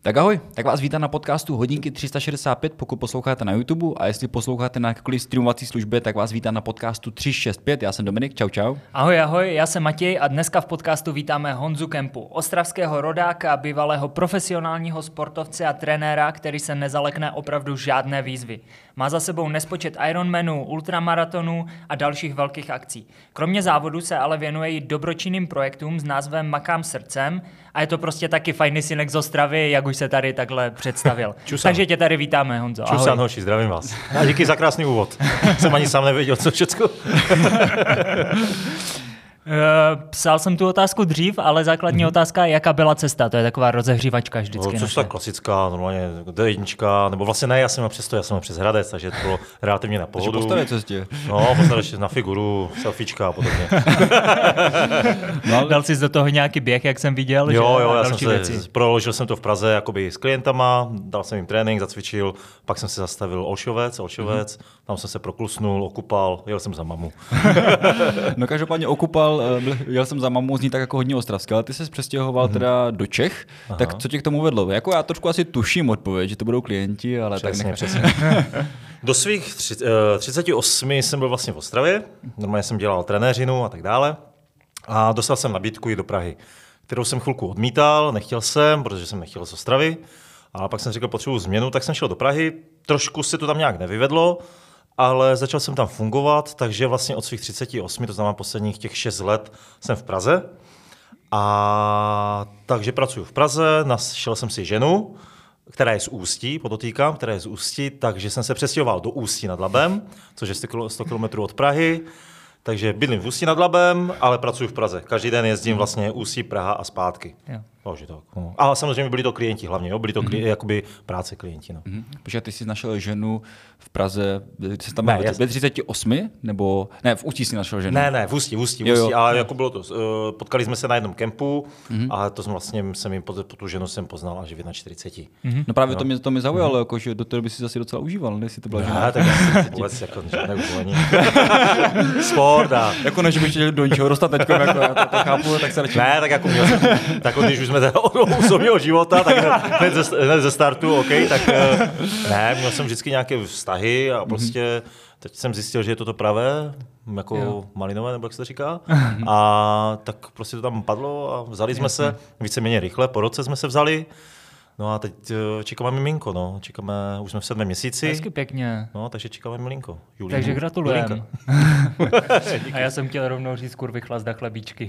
Tak ahoj, tak vás vítám na podcastu Hodinky 365, pokud posloucháte na YouTube, a jestli posloucháte na jakékoliv streamovací službě, tak vás vítám na podcastu 365. Já jsem Dominik, čau. Ahoj, já jsem Matěj a dneska v podcastu vítáme Honzu Kempu, ostravského rodáka, bývalého profesionálního sportovce a trenéra, který se nezalekne opravdu žádné výzvy. Má za sebou nespočet Ironmanů, ultramaratonů a dalších velkých akcí. Kromě závodu se ale věnuje i dobročinným projektům s názvem Makám srdcem a je to prostě taky fajný synek z Ostravy, jak už se tady takhle představil. Takže tě tady vítáme, Honzo. Ahoj. Čusan, hoši, zdravím vás. A díky za krásný úvod. Jsem ani sám nevěděl, co všecko. Psal jsem tu otázku dřív, ale základní otázka, jaká byla cesta? To je taková rozehřívačka vždycky. No, cesta klasická, normálně D1, nebo vlastně ne, já jsem přes Hradec, takže to bylo relativně na pohodu. Takže po staré cestě. No, postaráš na figuru, selfiečka a podobně. No, dal jsi do toho nějaký běh, jak jsem viděl? Jo, proložil jsem to v Praze jakoby s klientama, dal jsem jim trénink, zacvičil, pak jsem se zastavil Olšovec, tam jsem se proklusnul, okupal, jel jsem za mamu. No každopádně okupal, jel jsem za mamou, zní tak jako hodně ostravské, ale ty se přestěhoval teda do Čech, tak co tě k tomu vedlo? Jako já trošku asi tuším odpověď, že to budou klienti, ale přesně. Do svých 38 jsem byl vlastně v Ostravě, normálně jsem dělal trenéřinu a tak dále a dostal jsem nabídku i do Prahy, kterou jsem chvilku odmítal, nechtěl jsem, protože jsem nechtěl z Ostravy, ale pak jsem řekl, potřebuji změnu, tak jsem šel do Prahy, trošku se to tam nějak nevyvedlo, ale začal jsem tam fungovat, takže vlastně od svých 38, to znamená posledních těch 6 let, jsem v Praze. A takže pracuji v Praze, našel jsem si ženu, která je z Ústí, podotýkám, takže jsem se přestěhoval do Ústí nad Labem, což je 100 km od Prahy. Takže bydlím v Ústí nad Labem, ale pracuji v Praze. Každý den jezdím vlastně Ústí, Praha a zpátky. Takže tak. No. A samozřejmě byli to klienti hlavně, jo? Byli to jakoby práce klienti. No. Protože ty jsi našel ženu v Praze, jsi tam byl ve 38, nebo ne, v Ústí jsi našel ženu? Ne, v Ústí, ale jako bylo to, potkali jsme se na jednom kempu a to jsem vlastně, tu ženu jsem poznal až v 41. No právě to mě zaujalo, jako, že do té doby si zase docela užíval, ne, si to byla žena. Ne, tak já si vůbec jako žádné užívání. Sport a... Jako než bych chtěl do něčeho dostat teďkom, jako já to chápu, tak se radši... Ne, tak jako měl jsem, tak když už jsme teda od osobního života, tak hned ze startu, OK, tak ne, měl jsem vždycky nějaké vztahy a prostě teď jsem zjistil, že je to pravé, jako malinové, nebo jak se to říká, a tak prostě to tam padlo a vzali jsme se víceméně rychle, po roce jsme se vzali. No a teď čekáme miminko, no. Už jsme v 7. měsíci. Hezky pěkně. No, takže čekáme milinko. Julínu. Takže gratulujeme. A já jsem chtěl rovnou říct, kurvy, chlazda, chlebíčky.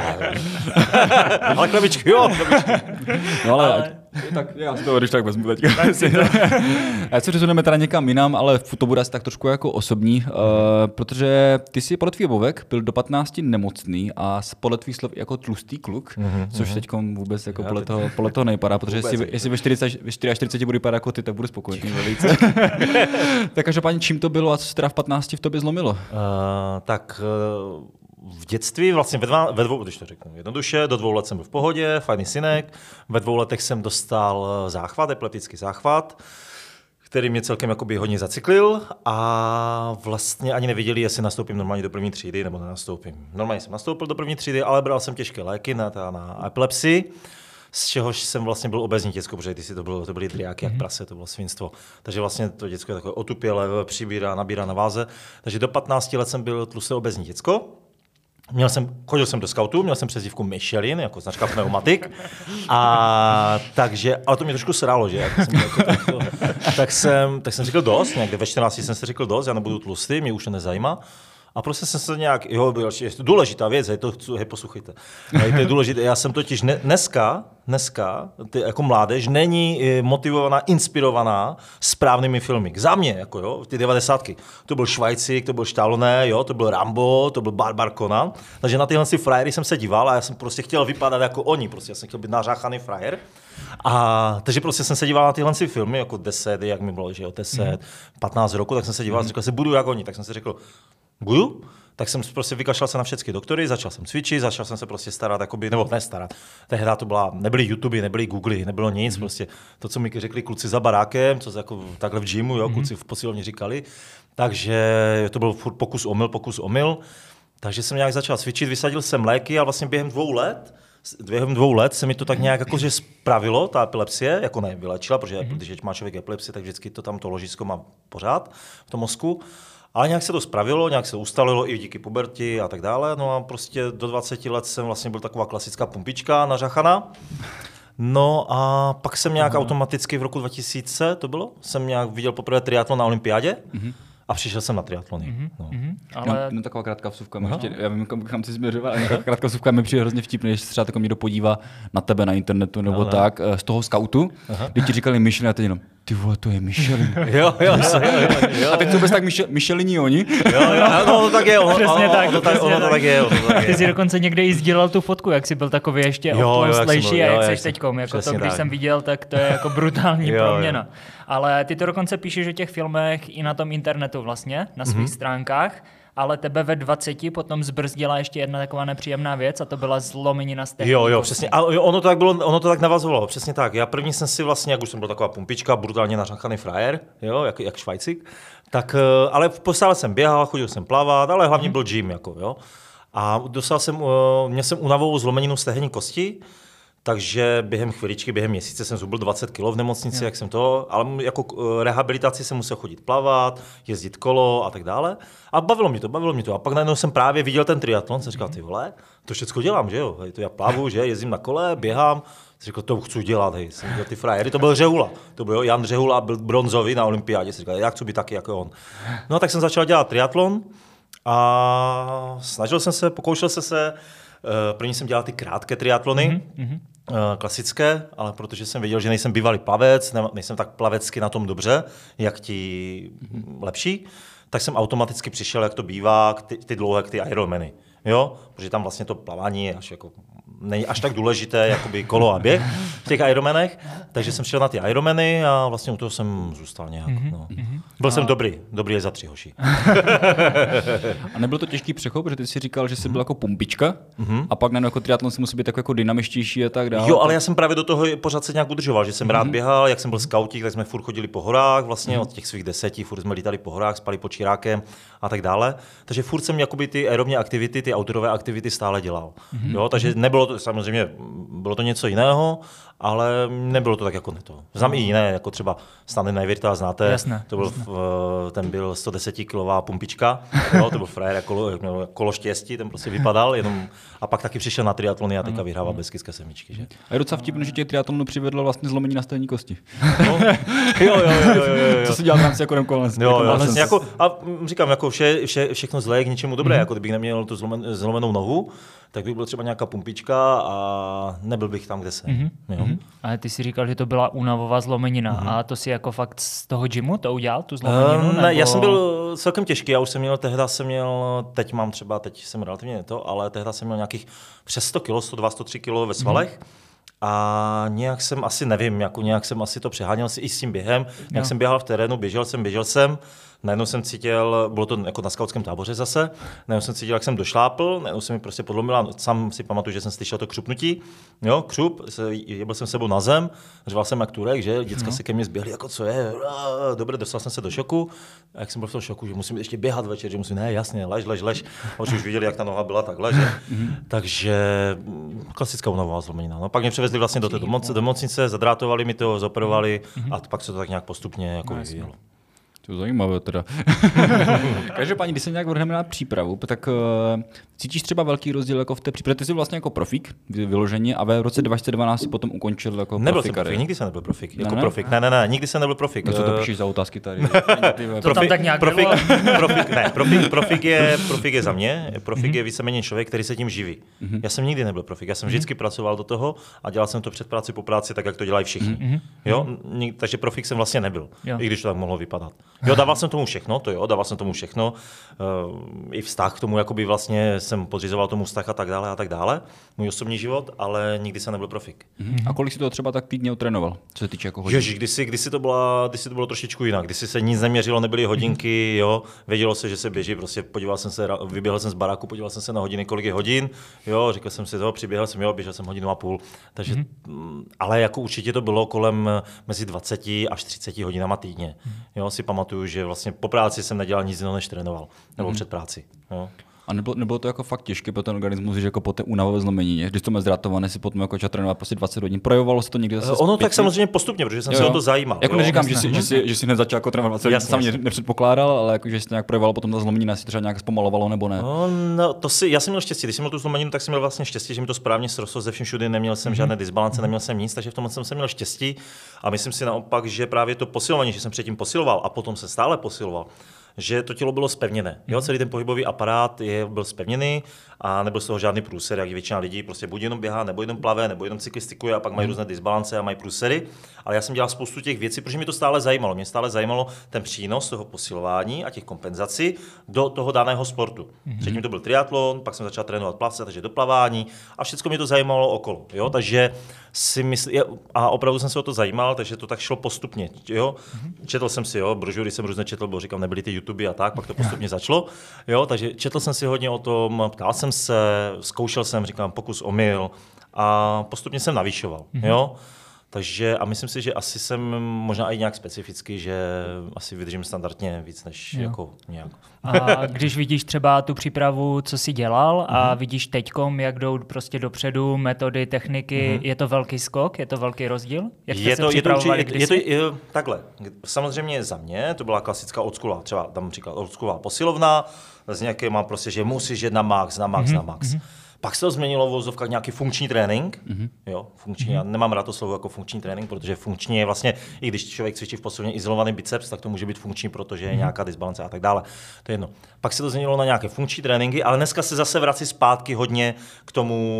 Ale chlebíčky, jo. No ale... Tak já si to když tak vezmu teďka. Já se přesuneme teda někam jinam, ale to bude asi tak trošku jako osobní, protože ty jsi podle tvých bovek byl do 15 nemocný a podle tvých slov jako tlustý kluk, což teďkom vůbec jako podle toho nejpadá, protože jestli ve 44 bude vypadat jako ty, tak budu spokojený velice. Tak každopádně čím to bylo a co se teda v 15 v tobě zlomilo? V dětství, vlastně ve dvou, když to řeknu jednoduše, do 2 let jsem byl v pohodě, fajný synek, ve 2 letech jsem dostal záchvat, epileptický záchvat, který mě celkem jakoby hodně zacyklil a vlastně ani nevěděli, jestli nastoupím normálně do 1. třídy nebo nenastoupím. Normálně jsem nastoupil do 1. třídy, ale bral jsem těžké léky na epilepsii, z čehož jsem vlastně byl obézní děcko, protože to byly driáky jak prase, to bylo svinstvo. Takže vlastně to děcko je takové otupělé, nabírá na váze. Takže do 15 let jsem byl tlusté obézní děcko. Chodil jsem do skautu, měl jsem přezdívku Michelin, jako značka pneumatik, ale to mě trošku srálo, že? Tak jsem řekl dost, někde ve 14 jsem si řekl dost, já nebudu tlustý, mě už to nezajímá. A prostě jsem se nějak, je to důležitá věc, poslouchejte. To je důležité, já jsem totiž dneska jako mládež není motivovaná, inspirovaná správnými filmy. Za mě, jako jo, ty 90. To byl Švajcík, to byl Stallone, jo, to byl Rambo, to byl Barbar Conan. Takže na tyhle frajery jsem se díval a já jsem prostě chtěl vypadat jako oni, prostě já jsem chtěl být nařáchaný frajer. A takže prostě jsem se díval na tyhle filmy, jako 10, jak mi bylo, že jo, 10, 15 roku, tak jsem se díval a řekl si, budu jak oni, tak jsem si řekl, budu? Tak jsem prostě vykašlal se na všechny doktory, začal jsem cvičit, začal jsem se prostě starat, nebo nestarat. Tehdy nebyly YouTube, nebyly Google, nebylo nic, prostě to, co mi řekli kluci za barákem, co jako takhle v gymu, jo, kluci v posilovně říkali. Takže to byl pokus omyl. Takže jsem nějak začal cvičit, vysadil jsem léky a vlastně během 2 let během 2 let se mi to tak nějak jakože spravilo, ta epilepsie, jako ne, vylečila, protože když má člověk epilepsie, tak vždycky to tam to ložisko má pořád v tom mozku. Ale nějak se to spravilo, nějak se ustalilo i díky puberti a tak dále. No a prostě do 20 let jsem vlastně byl taková klasická pumpička nařachaná. No a pak jsem nějak automaticky v roku 2000, to bylo, jsem nějak viděl poprvé triatlon na olympiádě. A přišel jsem na triatlony. Ale... No, taková krátká vsuvka. Ještě, já vím, kam si směřoval, ale krátká vsuvka mi přijde hrozně vtipný, když se třeba někdo podívá na tebe na internetu nebo tak, z toho skautu, kdy ti říkali Michelin a teď jenom, ty vole, to je Michelin. jo. A teď jsou bez tak Micheliní oni. Jo, no tak je. Přesně tak. Tak je. Ty jsi dokonce někde i sdílel tu fotku, jak jsi byl takový ještě oploustlejší a jak jsi teďkom. Jako to, když jsem viděl, tak to je jako brutální proměna. Ale ty to dokonce píšeš o těch filmech i na tom internetu vlastně, na svých stránkách, ale tebe ve 20 potom zbrzdila ještě jedna taková nepříjemná věc a to byla zlomenina stehní. Jo, přesně. A ono to tak bylo, ono to tak navazovalo, přesně tak. Já první jsem si vlastně, jak už jsem byl taková pumpička, brutálně nařanchaný frajer, jo, jak Švajcik, tak, ale postále jsem běhal, chodil jsem plavat, ale hlavně byl gym, jako, jo. A měl jsem únavovou zlomeninu stehenní kosti, takže během chviličky, během měsíce jsem zhubil 20 kg v nemocnici, jak jsem to, ale jako rehabilitaci jsem musel chodit plavat, jezdit kolo a tak dále. A bavilo mě to. A pak najednou jsem právě viděl ten triatlon, jsem říkal, ty vole, to všechno dělám, že jo? Hej, to já plavu, že jezdím na kole, běhám, jsem říkal, to chci dělat, hej, jsem dělal ty frajery, to byl Řehula, Jan Řehula, byl bronzový na olympiádě, jsem říkal, já chci být taky jako on. No tak jsem začal dělat triatlon a pokoušel jsem se, první jsem dělal ty krátké triatlony, klasické, ale protože jsem věděl, že nejsem bývalý plavec, nejsem tak plavecky na tom dobře, jak ti lepší, tak jsem automaticky přišel, jak to bývá, ty dlouhé, ty Ironmany. Jo? Protože tam vlastně to plavání je není až tak důležité, jakoby kolo a běh v těch Ironmanech, takže jsem šel na ty Ironmany a vlastně u toho jsem zůstal nějak. No. Byl jsem dobrý je za 3 hoši. A nebyl to těžký přechod, protože ty jsi říkal, že jsi byl jako pumpička a pak na jako triatlon si musí být jako dynamičtější a tak dále. Jo, ale já jsem právě do toho pořád se nějak udržoval, že jsem rád běhal, jak jsem byl skautík, tak jsme furt chodili po horách, vlastně od těch svých 10, furt jsme lítali po horách, spali pod Čirákem a tak dále. Takže furt jsem jakoby ty aerobní aktivity, ty outdoorové aktivity stále dělal. Jo, takže nebylo to, samozřejmě bylo to něco jiného, ale nebylo to tak jako to. Znám i jiné, jako třeba Stanley Najvirta, znáte? Jasné. Ten byl 110kilová pumpička, jo, to byl frajer, kolo štěstí, ten prostě vypadal, jenom a pak taky přišel na triatlony a teďka vyhrával Beskydské sedmičky, že? A je docela vtipné, že těch triatlonů přivedlo vlastně zlomení na stehní kosti. No. Jo. Co si dělal v rámci jako konvalescence? Vlastně jako, a říkám, jako všechno zlé je k něčemu dobré, jako kdybych neměl tu zlomenou nohu, tak bych byl třeba nějaká pumpička a nebyl bych tam, kde jsem. Ale ty si říkal, že to byla únavová zlomenina a to si jako fakt z toho gymu to udělal, tu zlomeninu? Ne, já jsem byl celkem těžký, já už jsem měl, teď jsem relativně ale tehdy jsem měl nějakých přes 100 kg, 102, 103 kg ve svalech. A nějak jsem asi, nevím, nějak jsem asi to přeháněl si i s tím během, nějak jsem běhal v terénu, běžel jsem, najednou jsem cítil, bylo to jako na skautském táboře zase, najednou jsem cítil, jak jsem došlápl, najednou jsem mi prostě podlomila, sám si pamatuju, že jsem slyšel to křupnutí, jo, křup, jebal jsem sebou na zem, řval jsem jak Turek, že, děcka se ke mně zběhli, jako co je, dobře, dostal jsem se do šoku, a jak jsem byl v tom šoku, že musím ještě běhat večer, že musím, ne, jasně, lež, a už viděli, jak ta noha byla takhle, že, takže klasická únavová zlomenina, no, pak mě převezli vlastně do té nemocnice, zadrátovali mi to, zoperovali a pak se to tak nějak postupně jako vyvíjelo. To je zajímavé teda. Každopádně, když se nějak vrhneme na přípravu, tak cítíš třeba velký rozdíl jako v té přípravě? Ty jsi vlastně jako profík vyloženě a v roce 2012 si potom ukončil jako nebyl profík. Profík, nikdy jsem nebyl profík. Jako profík. Ne, nikdy jsem nebyl profík. Co to píšeš za otázky tady? To tam tak nějak bylo? Profík je za mě. Profík je víceméně člověk, který se tím živí. Já jsem nikdy nebyl profík. Já jsem vždycky pracoval do toho a dělal jsem to před práci po práci, tak jak to dělají všichni. Jo? Takže profík jsem vlastně nebyl, i když to tak mohlo vypadat. Jo, dával jsem tomu všechno. I vztah k tomu, jakoby vlastně jsem podřizoval tomu vztah a tak dále. Můj osobní život, ale nikdy jsem nebyl profík. A kolik si to třeba tak týdně utrénoval, co se týče jako hodin? Ježiš, kdysi to bylo trošičku jinak. Kdysi se nic neměřilo, nebyly hodinky, jo. Vědělo se, že se běží, prostě vyběhl jsem z baráku, podíval jsem se na hodiny, kolik je hodin, jo, říkal jsem si, přiběhl jsem, běžel jsem 1,5 hodiny. Takže, ale jako určitě to bylo kolem mezi 20 až 30 hodinama týdně. Jo, si pamatuju, že vlastně po práci jsem nedělal nic jiného, než trénoval, nebo před práci. Jo. A nebylo to jako fakt těžké pro ten organismus, že jako po té únavové zlomenině, když to zdratované si potom jako začal trénovat prostě 20 hodin. Projevovalo se to někdy zase Ono tak samozřejmě postupně, protože jsem se o to zajímal. Jako neříkám, že si hned začal jako trénovat 20 hodin, sám nepředpokládal, ale jako, že se to nějak projevovalo potom ta zlomenina, si třeba nějak zpomalovalo nebo ne. No, já jsem měl štěstí, když jsem měl tu zlomeninu, tak jsem měl vlastně štěstí, že mi to správně srostlo ze všem všude, neměl jsem žádné disbalance, neměl jsem nic, takže v tom jsem měl štěstí a myslím si naopak, že právě to posilování, že jsem předtím posiloval a potom se stále posiloval, že to tělo bylo zpevněné. Jo, celý ten pohybový aparát byl zpevněný a nebyl z toho žádný průser, jak většina lidí prostě buď jenom běhá, nebo jenom plave, nebo jenom cyklistikuje a pak mají různé disbalance a mají průsery. Ale já jsem dělal spoustu těch věcí, protože mě to stále zajímalo. Mě stále zajímalo ten přínos toho posilování a těch kompenzací do toho daného sportu. Předtím to byl triatlon, pak jsem začal trénovat plavce, takže do plavání a všechno mě to zajímalo okolo. Jo, takže a opravdu jsem se o to zajímal, takže to tak šlo postupně. Jo. Četl jsem si, brožury jsem různě četl, bo říkám, nebyly ty YouTube a tak, pak to postupně začalo. Jo, takže četl jsem si hodně o tom, ptal jsem se, zkoušel jsem, říkám, pokus omyl a postupně jsem navýšoval. Jo. Takže a myslím si, že asi jsem možná i nějak specifický, že asi vydržím standardně víc než jako nějak. A když vidíš třeba tu přípravu, co jsi dělal a vidíš teďkom, jak jdou prostě dopředu metody, techniky, je to velký skok, je to velký rozdíl? Jak jste se připravovali takhle. Samozřejmě za mě to byla klasická oldschoolová, třeba tam příklad oldschoolová posilovna, z nějaké mám prostě, že musíš jet na max. Pak se to změnilo v vozovkách nějaký funkční trénink. Jo, funkční. Já nemám rád to slovo jako funkční trénink, protože funkční je vlastně, i když člověk cvičí v posilovně izolovaný biceps, tak to může být funkční, protože je nějaká disbalance a tak dále. To je jedno. Pak se to změnilo na nějaké funkční tréninky, ale dneska se zase vrací zpátky hodně k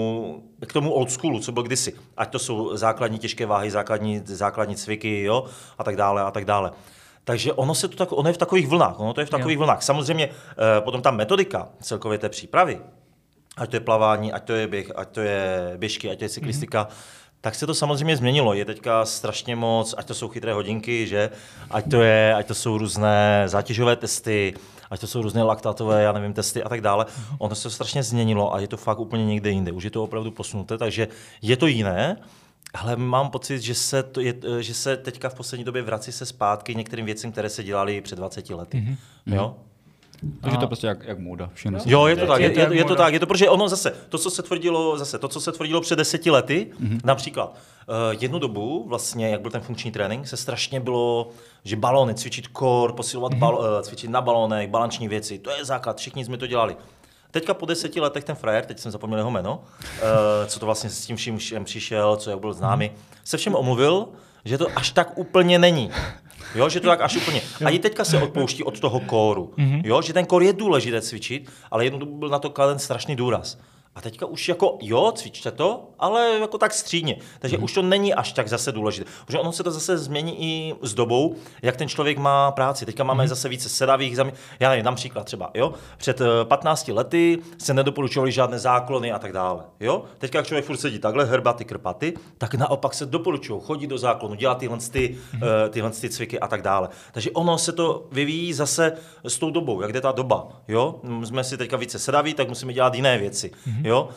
tomu old schoolu, co bylo kdysi. Ať to jsou základní těžké váhy, základní cviky, jo, a tak dále. Takže ono je v takových vlnách. Samozřejmě potom ta metodika celkově té přípravy, ať to je plavání, ať to je běh, ať to je běžky, ať to je cyklistika, tak se to samozřejmě změnilo. Je teďka strašně moc, ať to jsou chytré hodinky, že? Ať to jsou různé zátěžové testy, ať to jsou různé laktatové, já nevím, testy a tak dále. Ono se to strašně změnilo a je to fakt úplně někde jinde. Už je to opravdu posunuté, takže je to jiné. Ale mám pocit, že se teďka v poslední době vrací se zpátky některým věcem, které se dělaly před 20 lety. Jo? Takže to je prostě jak móda. Jo, je to tak. Je to, protože ono zase, to, co se tvrdilo před 10 lety, například jednu dobu, vlastně, jak byl ten funkční trénink, se strašně bylo, že balony, cvičit core, posilovat cvičit na balonech, balanční věci, to je základ, všichni jsme to dělali. Teďka po 10 letech ten frajer, teď jsem zapomněl jeho jméno, co to vlastně s tím vším přišel, co jak byl známý, se všem omluvil, že to až tak úplně není. Jo, že to tak až úplně. Ani teďka se odpouští od toho kóru. Jo, že ten kór je důležité cvičit, ale jednou dobu byl na to kladen strašný důraz. A teďka už jako, cvičte to, ale jako tak střídně. Takže už to není až tak zase důležité. Protože ono se to zase změní i s dobou, jak ten člověk má práci. Teďka máme zase více sedavých já nevím, dám příklad třeba, jo. Před 15 lety se nedoporučovaly žádné záklony a tak dále, jo. Teďka, jak člověk furt sedí takhle, hrbaty, krpaty, tak naopak se doporučují chodit do záklonu, dělat tyhle cviky a tak dále. Takže ono se to vyvíjí zase s tou dobou, jak jde ta doba, jo. Jsme si teďka více sedaví, tak musíme dělat jiné věci. Jo?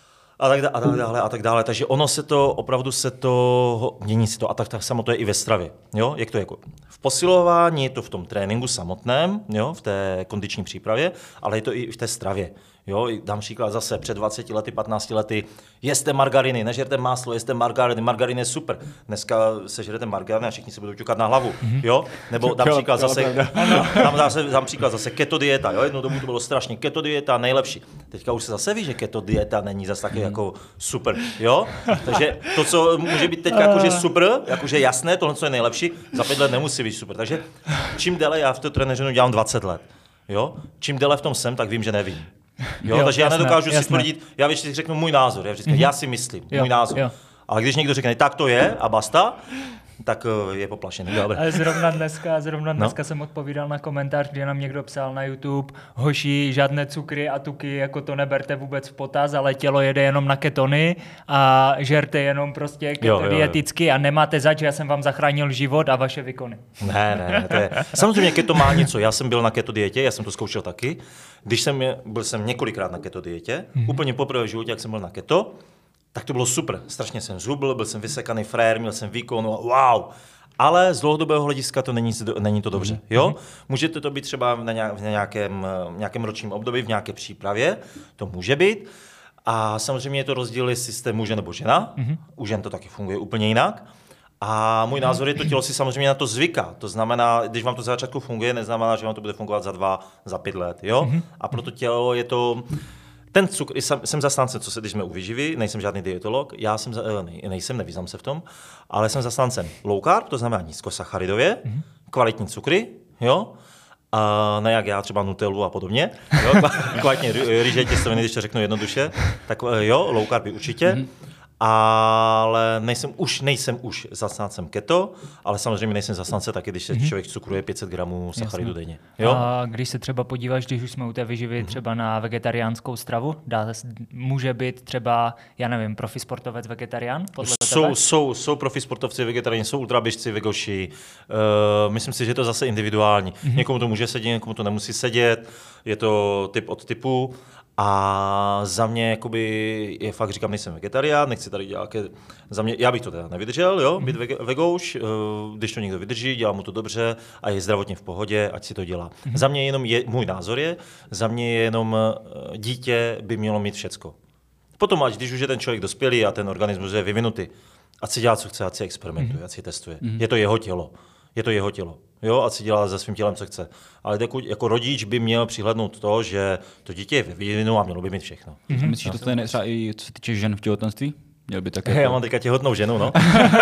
A tak dále. Takže ono opravdu se to mění si to a tak samo to je i ve stravě. Jo? Jak to je jako v posilování, je to v tom tréninku samotném, jo? V té kondiční přípravě, ale je to i v té stravě. Jo? Dám příklad zase před 20 lety, 15 lety, jeste margariny, nežerte máslo, jeste margariny, margarin je super. Dneska sežerete margariny a všichni se budou ťukat na hlavu. Jo? Nebo dám příklad zase keto dieta. Jo? Jednou dobu to bylo strašně keto dieta, nejlepší. Teďka už se zase ví, že keto dieta není zase taky jako super. Jo? Takže to, co může být teďka jakože super, jakože jasné, tohle, co je nejlepší, za 5 let nemusí být super. Takže čím déle já v té trenéřinu dělám 20 let. Jo? Čím déle v tom jsem, tak vím, že nevím. Jo, takže já nedokážu si tvrdit, já většině řeknu můj názor, já si myslím, můj názor. Jo. Ale když někdo řekne, tak to je a basta, tak je poplašený. Ale zrovna dneska jsem odpovídal na komentář, kde nám někdo psal na YouTube, hoši, žádné cukry a tuky, jako to neberte vůbec v potaz, ale tělo jede jenom na ketony a žerte jenom prostě ketodieticky a nemáte zač, já jsem vám zachránil život a vaše výkony. Ne, to je... Samozřejmě keto má něco, já jsem byl na keto dietě, já jsem to zkoušel taky, byl jsem několikrát na keto dietě, úplně poprvé v životě, jak jsem byl na keto, tak to bylo super, strašně jsem zhubl, byl jsem vysekaný frajer, měl jsem výkon, wow. Ale z dlouhodobého hlediska to není to dobře. Jo? Můžete to být třeba v nějakém ročním období, v nějaké přípravě, to může být. A samozřejmě je to rozdíl, jestli jste muž nebo žena. U žen to taky funguje úplně jinak. A můj názor je, to tělo si samozřejmě na to zvyká. To znamená, když vám to za začátku funguje, neznamená, že vám to bude fungovat za 2, za 5 let. Jo? A proto tělo je to... Ten cukr, jsem zastáncem, když jsme u výživy, nejsem žádný dietolog, nevyznám se v tom, ale jsem zastáncem low carb, to znamená nízkosacharidově, kvalitní cukry, jo? A ne jak já, třeba Nutellu a podobně, jo? Kvalitní rýže, těstoviny, když to řeknu jednoduše, tak jo, low carby určitě. Ale nejsem už zastáncem keto, ale samozřejmě nejsem zastánce taky, když se člověk cukruje 500 gramů sacharidu denně. Jo? A když se třeba podíváš, když už jsme u té výživy třeba na vegetariánskou stravu, může být třeba, já nevím, profi sportovec vegetarián? Jsou profi sportovci vegetariáni, jsou ultraběžci, vegoši. Myslím si, že je to zase individuální. Někomu to může sedět, někomu to nemusí sedět. Je to typ od typu. A za mě jakoby, je fakt, říkám, nejsem vegetarián, nechci tady dělat za mě, já bych to teda nevydržel, jo, být vegouš, když to někdo vydrží, dělá mu to dobře a je zdravotně v pohodě, ať si to dělá. Za mě můj názor je, za mě jenom dítě by mělo mít všecko. Potom, když už je ten člověk dospělý a ten organismus je vyvinutý, ať si dělá, co chce, ať si experimentuje, ať si testuje. Je to jeho tělo. Je to jeho tělo. Jo, ať si dělá se svým tělem, co chce. Ale jako rodič by měl přihlédnout to, že to dítě je ve vývinu a mělo by mít všechno. Myslíš, že to je třeba i co se týče žen v těhotenství? Měl by také. Já mám teďka těhotnou ženu, no.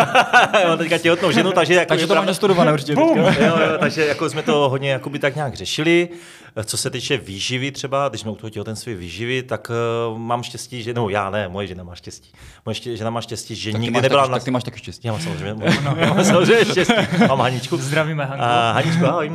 Takže jako takže to máš nastudované určitě. Jo, takže jako jsme to hodně jakoby tak nějak řešili. Co se týče výživy třeba, když jsme u toho těhotenství výživy, tak mám štěstí, že moje žena má štěstí. Moje žena má štěstí, že nikdy nebyla tak ty máš taky štěstí. Já mám samozřejmě štěstí. Mám Haničku. Zdravíme Hanku. Haničku, ahoj.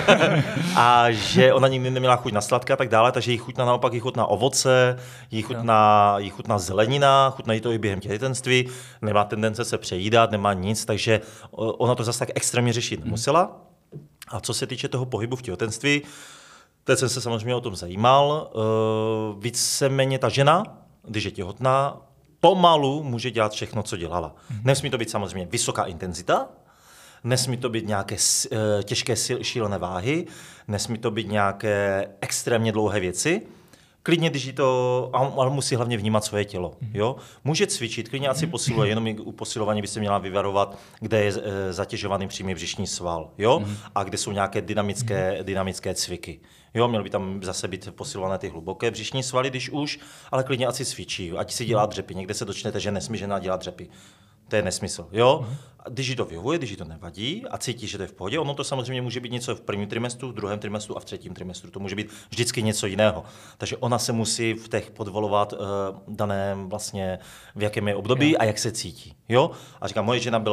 A že ona nikdy neměla chuť na sladké a tak dále, takže jí chutná ovoce, jí chutná zelenina, chutnají to i během těhotenství, nemá tendence se přejídat, nemá nic, takže ona to zase tak extrémně řešit nemusela. A co se týče toho pohybu v těhotenství, teď jsem se samozřejmě o tom zajímal. Víceméně ta žena, když je těhotná, pomalu může dělat všechno, co dělala. Nesmí to být samozřejmě vysoká intenzita, nesmí to být nějaké těžké šílené váhy, nesmí to být nějaké extrémně dlouhé věci. Klidně, když jí to, ale musí hlavně vnímat svoje tělo. Jo? Může cvičit, klidně ať si posiluje, jenom u posilování by se měla vyvarovat, kde je zatěžovaný přímý břišní sval, jo? A kde jsou nějaké dynamické cviky. Jo, měl by tam zase být posilované ty hluboké břišní svaly, když už, ale klidně ať si cvičí, ať si dělá dřepy. Někde se dočtete, že nesmí žena dělat dřepy. To je nesmysl. Jo? Když jí to vyhovuje, když jí to nevadí a cítí, že to je v pohodě, ono to samozřejmě může být něco v prvním trimestru, v druhém trimestru a v třetím trimestru. To může být vždycky něco jiného. Takže ona se musí v těch podvolovat daném vlastně v jakém je období a jak se cítí. Jo? A říkám, moje žena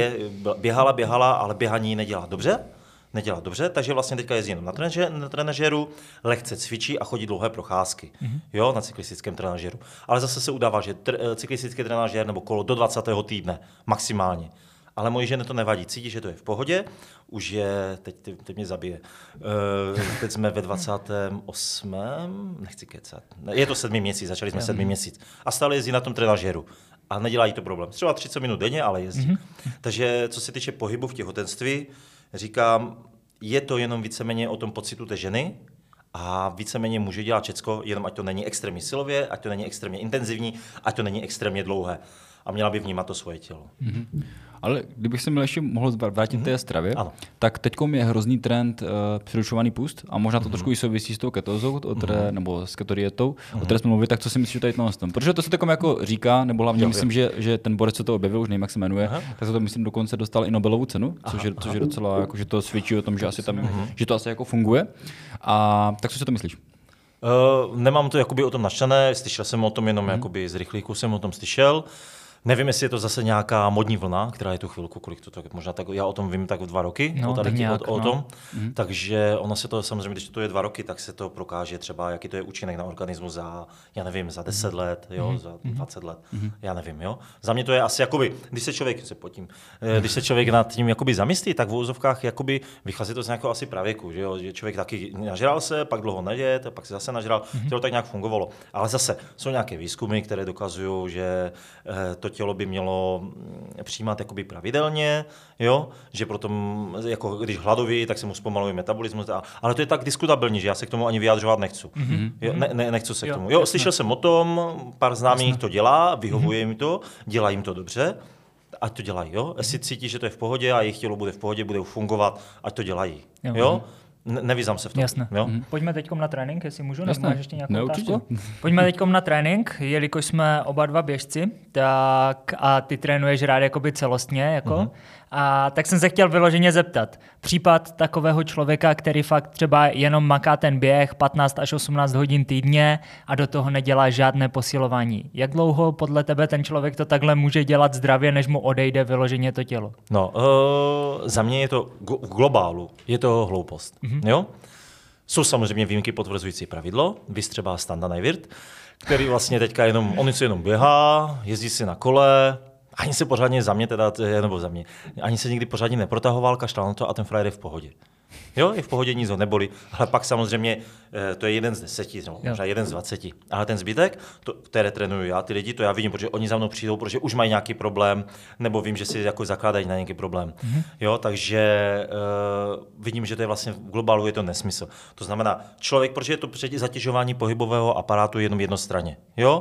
běhala, ale běhání nedělá dobře, takže vlastně teďka jezdí jenom na trenažéru, lehce cvičí a chodí dlouhé procházky, jo, na cyklistickém trenažéru. Ale zase se udává, že cyklistický trenažér nebo kolo do 20. týdne maximálně. Ale moje ženě to nevadí, cítí, že to je v pohodě, už je, teď mě zabije, teď jsme ve 28. nechci kecat, je to 7. měsíc, začali jsme 7. měsíc a stále jezdí na tom trenažéru. A nedělá jí to problém. Třeba 30 minut denně, ale jezdí. Takže co se týče pohybu v těhotenství, říkám, je to jenom víceméně o tom pocitu té ženy a víceméně může dělat všecko, jenom ať to není extrémně silově, ať to není extrémně intenzivní, ať to není extrémně dlouhé. A měla by vnímat to svoje tělo. Ale kdybych se ještě mohl vrátit té stravě, tak teď je hrozný trend přerušovaný půst a možná to trošku i souvisí s tou ketózou, nebo s ketodietou, o které jsme mluvili, tak co si myslíš tady na tom? Protože to se takom jako říká, nebo hlavně myslím, že ten borec, co to objevil, už nevím, jak se jmenuje, tak se to myslím dokonce dostal i Nobelovu cenu, což je docela, jako, že to svědčí o tom, že asi tam, že to asi jako funguje. A tak co si to myslíš? Nemám to jakoby o tom načtené, slyšel jsem o tom jenom jakoby z rychlíku jsem o tom slyšel. Nevím, jestli je to zase nějaká modní vlna, která je tu chvilku, kolik to tak možná tak, já o tom vím tak 2 roky, o tom. Takže ono se to samozřejmě, když to je 2 roky, tak se to prokáže třeba, jaký to je účinek na organismus za, já nevím, za 10 let, jo, za 20 let, já nevím, jo. Za mě to je asi jakoby, když se člověk nad tím jakoby zamyslí, tak v úzovkách jakoby vychází to z nějakého asi pravěku, že jo, že člověk taky nažral se, pak dlouho nejet, pak se zase nažral, to tak nějak fungovalo. Ale zase jsou nějaké výzkumy, které dokazují, že to tělo by mělo přijímat jakoby pravidelně, jo? Že potom, jako když hladoví, tak se mu zpomaluje metabolismus. Ale to je tak diskutabilní, že já se k tomu ani vyjadřovat nechci. Nechci se k tomu. Jo, slyšel jsem o tom, pár známých to dělá, vyhovuje jim to, dělá jim to dobře, ať to dělají. Jo? Jestli cítí, že to je v pohodě a jejich tělo bude v pohodě, bude fungovat, ať to dělají. Jo? Nevyznám se v tom. Jasné. Jo? Pojďme teď na trénink, jestli můžu, nebo máš ještě nějakou určitě. otázku? Pojďme teď na trénink, jelikož jsme oba dva běžci, tak a ty trénuješ rád jakoby celostně, jako, a tak jsem se chtěl vyloženě zeptat. Případ takového člověka, který fakt třeba jenom maká ten běh 15 až 18 hodin týdně a do toho nedělá žádné posilování. Jak dlouho podle tebe ten člověk to takhle může dělat zdravě, než mu odejde vyloženě to tělo? No, za mě je to v globálu, je to hloupost. Jo? Jsou samozřejmě výjimky potvrzující pravidlo, vys třeba Standa Najvirt, který vlastně teďka on si jenom běhá, jezdí si na kole, ani se pořádně ani se nikdy pořádně neprotahoval, kašlal na to a ten frajer je v pohodě. Jo, je v pohodě, nic ho nebolí, ale pak samozřejmě to je 1 z 10, možná 1 z 20. Ale ten zbytek, které trénuju já, ty lidi, to já vidím, protože oni za mnou přijdou, protože už mají nějaký problém, nebo vím, že si jako zakládají na nějaký problém. Jo, takže vidím, že to je vlastně v globálu je to nesmysl. To znamená, člověk, protože je to zatěžování pohybového aparátu jenom jednostranně. Jo?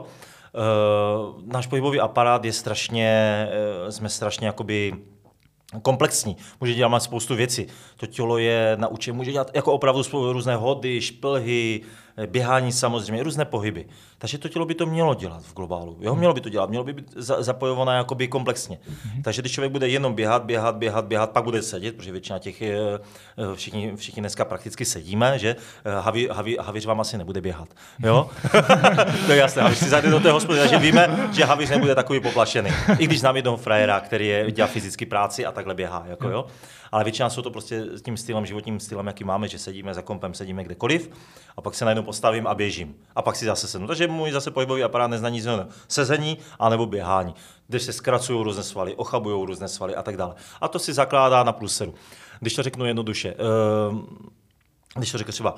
Náš pohybový aparát je jsme strašně jakoby komplexní. Může dělat spoustu věcí. To tělo je naučené, může dělat jako opravdu různé hody, šplhy, běhání samozřejmě, různé pohyby. Takže to tělo by to mělo dělat v globálu. Jo? Mělo by to dělat, mělo by být zapojované jakoby komplexně. Takže když člověk bude jenom běhat, pak bude sedět, protože většina těch, všichni dneska prakticky sedíme, že havíř vám asi nebude běhat. Jo? To je jasné, havíř si zajde do té hospody, takže víme, že havíř nebude takový poplašený. I když znám jednoho frajera, který dělá fyzicky práci a takhle běhá. Jako, jo? Ale většina jsou to prostě tím stylem, životním stylem, jaký máme, že sedíme za kompem, sedíme kdekoliv a pak se najednou postavím a běžím. A pak si zase sednu. Takže můj zase pohybový aparát nezná nic jiného. Sezení anebo běhání, kde se zkracují různé svaly, ochabují různé svaly a tak dále. A to si zakládá na pluseru. Když to řeknu jednoduše, když to řeknu třeba,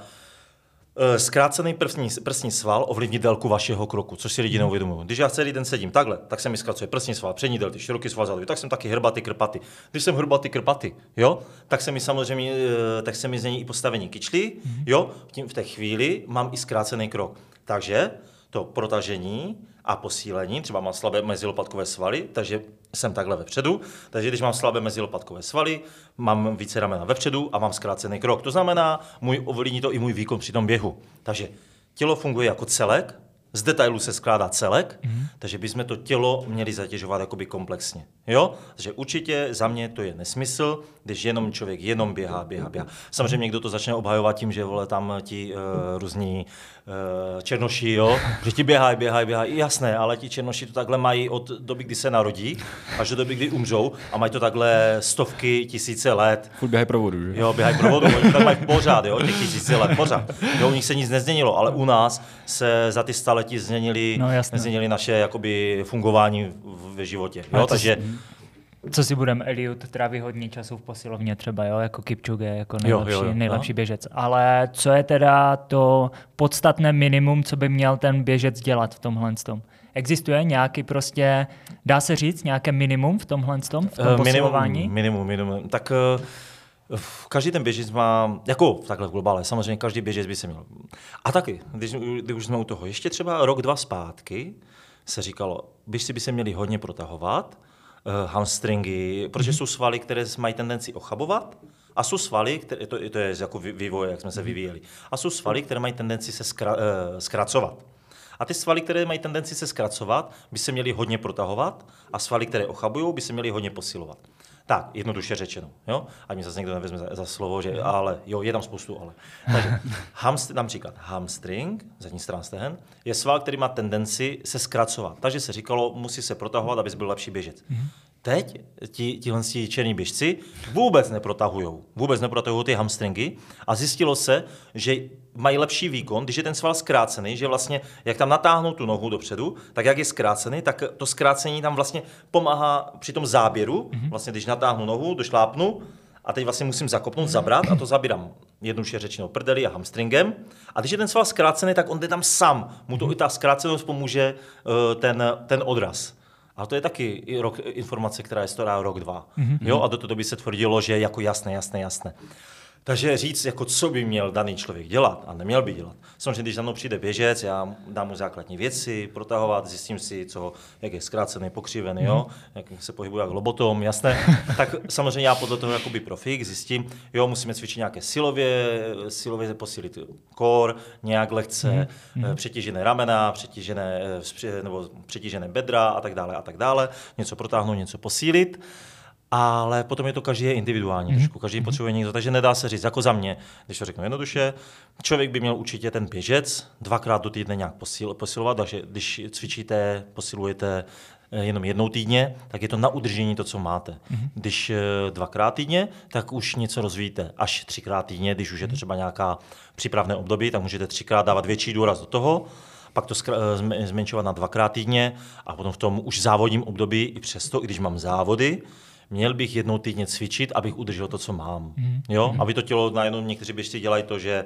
zkrácený prsní sval ovlivní délku vašeho kroku, což si lidi neuvědomují. Když já celý den sedím takhle, tak se mi zkracuje prsní sval, přední delty, široký sval zadový, tak jsem taky hrbatý, krpatý. Když jsem hrbatý, krpatý, jo, tak se mi samozřejmě změní i postavení kyčlí, jo, v té chvíli mám i zkrácený krok. Takže to protažení a posílení, třeba mám slabé mezilopatkové svaly, takže jsem takhle vepředu, takže když mám slabé mezilopatkové svaly, mám více ramena vepředu a mám zkrácený krok. To znamená, ovlivní to i můj výkon při tom běhu. Takže tělo funguje jako celek, z detailů se skládá celek, takže bychom to tělo měli zatěžovat jakoby komplexně. Jo? Takže určitě za mě to je nesmysl, když jenom člověk běhá. Samozřejmě někdo to začne obhajovat tím, že vole tam ti různí černoši, jo? Že ti běhají. Jasné, ale ti černoši to takhle mají od doby, kdy se narodí, až do doby, kdy umřou a mají to takhle stovky, tisíce let. Furt běhají pro vodu, že? Jo, běhají pro vodu, oni to mají pořád, jo, těch tisíce let, pořád. Jo, u nich se nic nezměnilo, ale u nás se za ty staletí změnili naše jakoby fungování v životě. Jo, takže co si budeme, Eliud tráví hodně času v posilovně třeba, jo, jako Kipchoge, jako nejlepší běžec. Ale co je teda to podstatné minimum, co by měl ten běžec dělat v tomhle tom? Existuje nějaký prostě, dá se říct, nějaké minimum v tomhle tom posilování? Minimum. Tak každý ten běžec má, jako takhle v globále, samozřejmě každý běžec by se měl. A taky, když už jsme u toho, ještě třeba rok, 2 zpátky se říkalo, běžci by se měli hodně protahovat, hamstringy, protože jsou svaly, které mají tendenci ochabovat, a jsou svaly, které, to je jako vývoj, jak jsme se vyvíjeli, a jsou svaly, které mají tendenci se zkracovat. A ty svaly, které mají tendenci se zkracovat, by se měly hodně protahovat a svaly, které ochabují, by se měly hodně posilovat. Tak, jednoduše řečeno, jo? Ať mi zase někdo nevezme za slovo, že ale, jo, je tam spoustu ale. Takže například hamstring, zadní strana stehen, je sval, který má tendenci se zkracovat. Takže se říkalo, musí se protahovat, aby byl lepší běžec. Teď tihle černí běžci vůbec neprotahují ty hamstringy a zjistilo se, že mají lepší výkon, když je ten sval zkrácený, že vlastně, jak tam natáhnou tu nohu dopředu, tak jak je zkrácený, tak to zkrácení tam vlastně pomáhá při tom záběru, vlastně když natáhnu nohu, došlápnu a teď vlastně musím zakopnout, zabrat a to zabírám jednoduše řečeno prdeli a hamstringem. A když je ten sval zkrácený, tak on jde tam sám, mu to i ta zkrácenost pomůže ten odraz. Ale to je taky informace, která je stará rok, 2. Jo? A do toho by se tvrdilo, že jako jasné. Takže říct, jako co by měl daný člověk dělat a neměl by dělat. Samozřejmě, když za mnou přijde běžec, já dám mu základní věci, protahovat, zjistím si, jak je zkrácený, pokřivený, jo? Jak se pohybuje jak lobotom, jasné. Tak samozřejmě já podle toho jakoby profík zjistím, jo, musíme cvičit nějaké silově posílit core, nějak lehce, přetížené ramena, přetížené bedra a tak dále, něco protáhnout, něco posílit. Ale potom je to každý je individuální trošku, každý potřebuje někdo, takže nedá se říct, jako za mě, když to řeknu jednoduše, člověk by měl určitě ten běžec 2krát do týdne nějak posilovat, takže když cvičíte, posilujete jenom jednou týdně, tak je to na udržení to, co máte. Když 2krát týdně, tak už něco rozvíjíte, až 3krát týdně, když už je to třeba nějaká přípravné období, tak můžete 3krát dávat větší důraz do toho, pak to zmenšovat na 2krát týdně a potom v tom už závodním období i přesto, i když mám závody, měl bych jednou týdně cvičit, abych udržel to, co mám. Jo? Aby to tělo najednou, někteří běžci dělají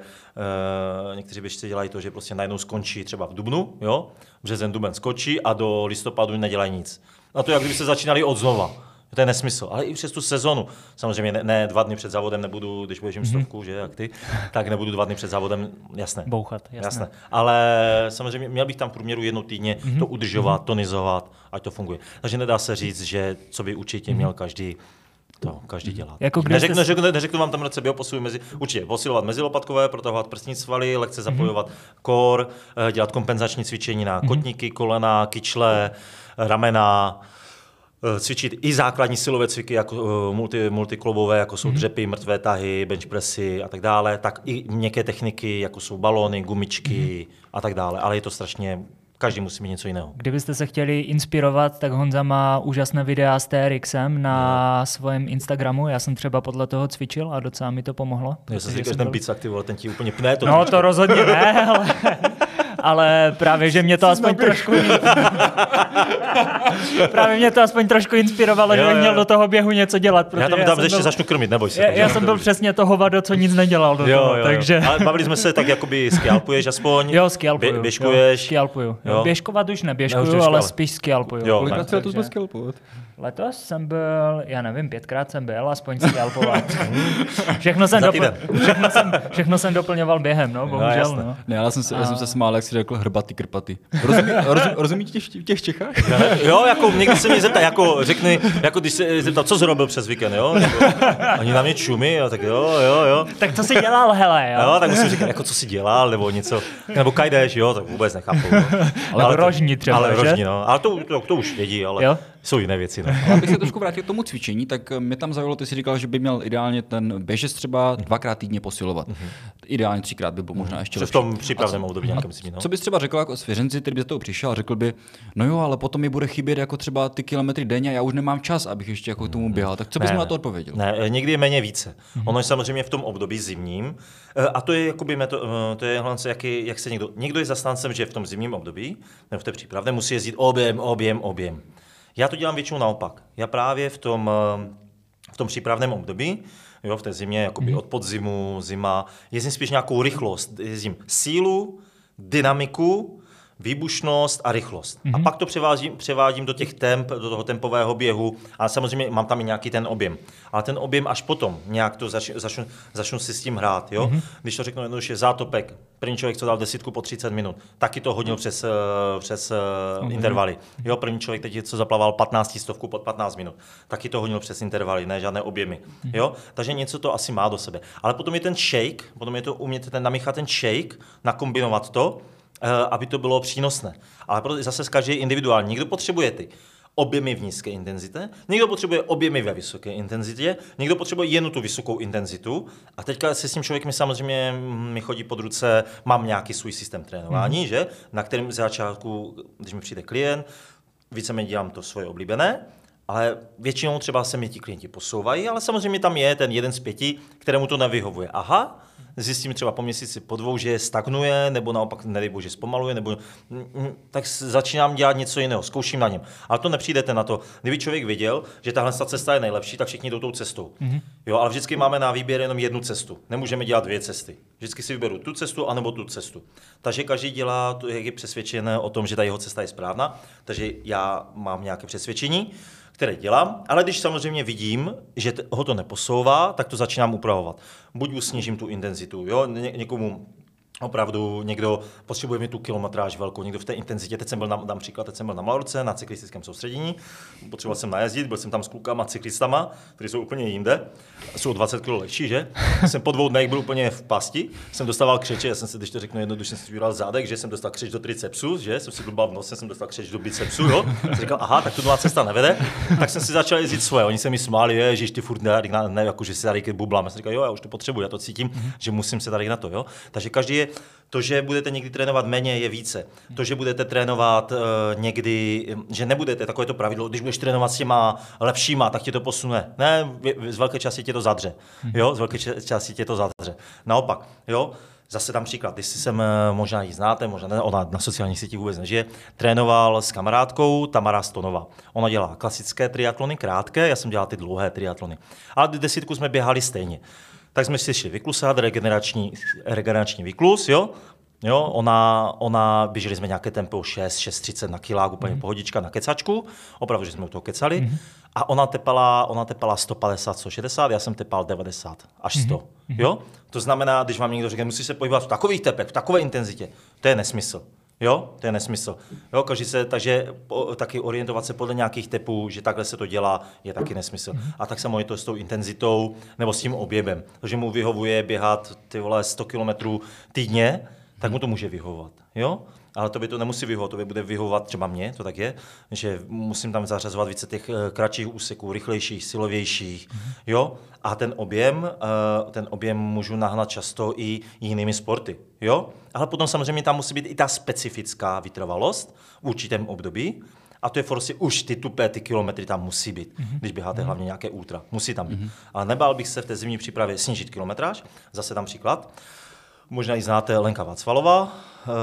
to, že prostě najednou skončí třeba v dubnu, jo? Březen, duben skočí a do listopadu nedělají nic. A to jak kdyby se začínali od znova. To je nesmysl, ale i přes tu sezonu. Samozřejmě ne 2 dny před závodem nebudu, když běžím 100, že jak ty, tak nebudu 2 dny před závodem, jasné. Bouchat, jasné. Ale samozřejmě měl bych tam v průměru jednou týdně to udržovat, tonizovat, ať to funguje. Takže nedá se říct, že co by určitě měl každý dělat. Jako neřeknu vám tam roce určitě posilovat mezilopatkové, protahovat prsní svaly, lehce zapojovat core, dělat kompenzační cvičení na kotníky, kolena, kyčle, ramena, cvičit i základní silové cviky, jako multiklubové, jako jsou dřepy, mrtvé tahy, bench pressy a tak dále, tak i měkké techniky, jako jsou balóny, gumičky a tak dále, ale je to strašně, každý musí mít něco jiného. Kdybyste se chtěli inspirovat, tak Honza má úžasné videa s TRXem na svém Instagramu, já jsem třeba podle toho cvičil a docela mi to pomohlo. Já jsem si říkal, že ten biceps aktivoval, ten ti úplně pne to. No to rozhodně ne, ale právě, že mě to aspoň trošku... Právě mě to aspoň trošku inspirovalo, že bych měl do toho běhu něco dělat. Já tam ještě začnu krmit, neboj se. Já jsem byl přesně to hovado, co nic nedělal do toho, takže... Ale bavili jsme se tak, jakoby skialpuješ aspoň. Jo, skialpuju. Běžkuješ. Skialpuju. Běžkovat už neběžkuju, ale spíš skialpuju. Kolikrát jsi letos byl skialpovat? Letos jsem byl, já nevím, 5krát jsem byl, aspoň skialpovat. Všechno jsem doplňoval během, no, bohužel. No. Ne, já jsem se smál, jak jsi řekl, hrbatý, krpatý. Rozumíte v těch Čechách? Jo, jako někdy se mě zeptá, jako řekni, jako když se zeptá, co jsi robil přes víkend, jo? Oni na mě čumí, a tak jo. Tak co jsi dělal, hele, jo? Jo, tak musím říkat, jako co jsi dělal, nebo něco, nebo kaj jdeš, jo, tak vůbec nechápu. Ale rožní třeba, ale že? Rožní, no. Ale to už vědí, ale jo? Jsou jiné věci, no. Ale abych se trošku vrátil k tomu cvičení, tak mě tam zaujalo, ty jsi říkal, že by měl ideálně ten běžec třeba 2krát týdně posilovat. Ideálně 3krát by bylo možná ještě lepší. V tom přípravném období nějakém si, no. Co bys třeba řekl jako svěřenci, který by za toho přišel a řekl by, no jo, ale potom mi bude chybět jako třeba ty kilometry denně a já už nemám čas, abych ještě jako tomu běhal. Tak co bys mu na to odpověděl? Ne, někdy je méně více. Ono je samozřejmě v tom období zimním a to je jakoby to je hlavně jak se někdo je zastáncem, že v tom zimním období, nebo v té přípravě musí jezdit objem. Já to dělám většinou naopak. Já právě v tom přípravném období, jo, v té zimě, jakoby od podzimu, zima, jezdím spíš nějakou rychlost. Jezdím sílu, dynamiku, výbušnost a rychlost. A pak to převádím do těch temp, do toho tempového běhu a samozřejmě mám tam i nějaký ten objem. Ale ten objem až potom nějak to začnu si s tím hrát. Jo? Když to řeknu jednoduše, zátopek, první člověk, co dal 10 po 30 minut, taky to hodil přes intervaly. Jo, první člověk teď, co zaplaval 15 stovku pod 15 minut, taky to hodil přes intervaly, ne žádné objemy. Jo? Takže něco to asi má do sebe. Ale potom je ten shake, potom je to umět namíchat ten shake, nakombinovat to, aby to bylo přínosné. Ale zase každý je individuální. Někdo potřebuje ty objemy v nízké intenzitě, někdo potřebuje objemy ve vysoké intenzitě, někdo potřebuje jen tu vysokou intenzitu. A teďka se s tím člověkem samozřejmě mi chodí pod ruce, mám nějaký svůj systém trénování, že? Na kterém z začátku, když mi přijde klient, víceméně dělám to svoje oblíbené, ale většinou třeba se mi ti klienti posouvají, ale samozřejmě tam je ten jeden z 5, kterému to nevyhovuje. Aha, zjistím třeba po měsíci, po 2, že stagnuje, nebo naopak nedej bože zpomaluje, nebo tak začínám dělat něco jiného, zkouším na něm. Ale to nepřijdete na to. Kdyby člověk viděl, že tahle cesta je nejlepší, tak všichni jdou tou cestou. Jo, ale vždycky máme na výběr jenom jednu cestu. Nemůžeme dělat 2 cesty. Vždycky si vyberu tu cestu anebo tu cestu. Takže každý dělá, jak je přesvědčen o tom, že ta jeho cesta je správná. Takže já mám nějaké přesvědčení, které dělám, ale když samozřejmě vidím, že ho to neposouvá, tak to začínám upravovat. Buď už snížím tu intenzitu, jo, někomu opravdu někdo potřebuje mít tu kilometráž velkou, někdo v té intenzitě. Teď jsem byl na Malorce, na cyklistickém soustředění, potřeboval jsem najezdit, byl jsem tam s klukama, cyklistama, kteří jsou úplně jinde, jsou 20 kg lehčí, že? Jsem po 2 dnech byl úplně v pasti, jsem dostával křeče, já jsem si, když to řeknu jednoduše, jsem si vyvíral zádek, že jsem dostal křeč do tricepsu, že? Jsem si blbal v nose, jsem dostal křeč do bicepsu, jo? Jsem říkal, aha, tak tuhle cesta nevede, tak jsem si začal jezdit svoje. Oni se mi smáli, ježiš, ty furt ne, jako že si tady bublám. Já jsem říkal, jo, já už to potřebuji, já to cítím, že musím se tady na to, jo? Takže každý to, že budete někdy trénovat méně, je více. To, že budete trénovat někdy, že nebudete, takové to pravidlo, když budeš trénovat s těma lepšíma, tak tě to posune. Ne, z velké části tě to zadře. Jo, z velké části tě to zadře. Naopak, jo, zase dám příklad, jestli jsem, možná ji znáte, možná ne, ona na sociálních sítích vůbec nežije, trénoval s kamarádkou Tamara Stonová. Ona dělá klasické triatlony, krátké, já jsem dělal ty dlouhé triatlony. Ale 10 jsme běhali stejně. Tak jsme si šli vyklusat, regenerační vyklus, jo? Jo, ona, běželi jsme nějaké tempo 6:30 na kilák, úplně pohodička na kecačku, opravdu, že jsme u toho kecali. A ona tepala 150, 160, já jsem tepal 90 až 100. Jo? To znamená, když vám někdo řekne, musíš se pohybovat v takových tepech, v takové intenzitě, to je nesmysl. Jo, to je nesmysl. Jo, takže taky orientovat se podle nějakých tepů, že takhle se to dělá, je taky nesmysl. A tak samo je to s tou intenzitou nebo s tím objemem. Takže mu vyhovuje běhat 100 km týdně, tak mu to může vyhovovat. Jo? Ale to by to nemusí vyhovovat, to by bude vyhovovat třeba mně, to tak je, že musím tam zařazovat více těch kratších úseků, rychlejších, silovějších, jo? A ten objem můžu nahnat často i jinými sporty, jo? Ale potom samozřejmě tam musí být i ta specifická vytrvalost v určitém období, a to je prostě už ty tupé, ty kilometry tam musí být, když běháte hlavně nějaké ultra, musí tam být. Ale nebál bych se v té zimní přípravě snížit kilometráž, zase dám příklad. Možná ji znáte, Lenka Václalová,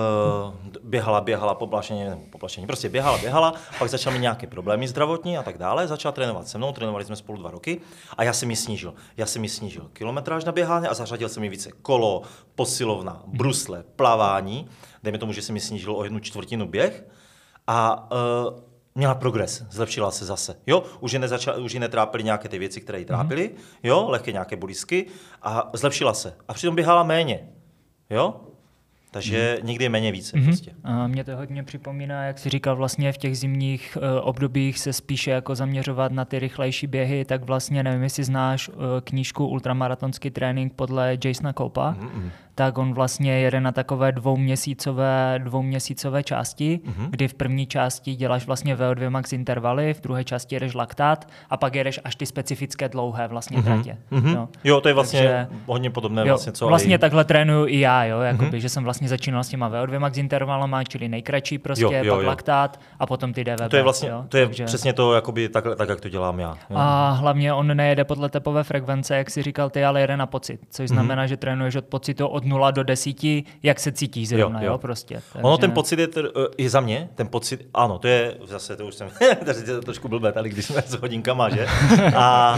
běhala poplašení, prostě běhala, pak začala mít nějaké problémy zdravotní a tak dále, začala trénovat se mnou, trénovali jsme spolu 2 roky a já jsem ji snížil kilometráž na běhání a zařadil jsem ji více kolo, posilovna, brusle, plavání, dejme tomu, že jsem ji snížil o 1/4 běh a měla progres, zlepšila se zase. Jo? Už ji netrápily nějaké ty věci, které ji trápily, jo? Lehké nějaké bolístky a zlepšila se. A přitom běhala méně. Jo? Takže někdy je méně více. Prostě. A mě to hodně připomíná, jak jsi říkal, vlastně v těch zimních obdobích se spíše jako zaměřovat na ty rychlejší běhy, tak vlastně nevím, jestli znáš knížku Ultramaratonský trénink podle Jasona Kolpa, tak on vlastně jede na takové dvouměsícové části, kdy v první části děláš vlastně VO2 max intervaly, v druhé části jedeš laktát a pak jedeš až ty specifické dlouhé vlastně tratě. Jo, to je vlastně hodně podobné. Vlastně, co vlastně takhle trénuju i já, jo, jakoby, že jsem vlastně začínal s těma VO2 max intervalama, čili nejkratší prostě, pak laktát a potom ty DVB. To je vlastně, takže přesně to, jakoby, tak, jak to dělám já. Jo. A hlavně on nejede podle tepové frekvence, jak si říkal ty, ale jede na pocit, což znamená, že trénuješ od pocitu od 0 do 10, jak se cítíš zrovna, jo, prostě. Takže... Ono ten pocit je i za mě, ten pocit, ano, to je zase, to už jsem, takže to je trošku blbé tady, když jsme s hodinkama, že? A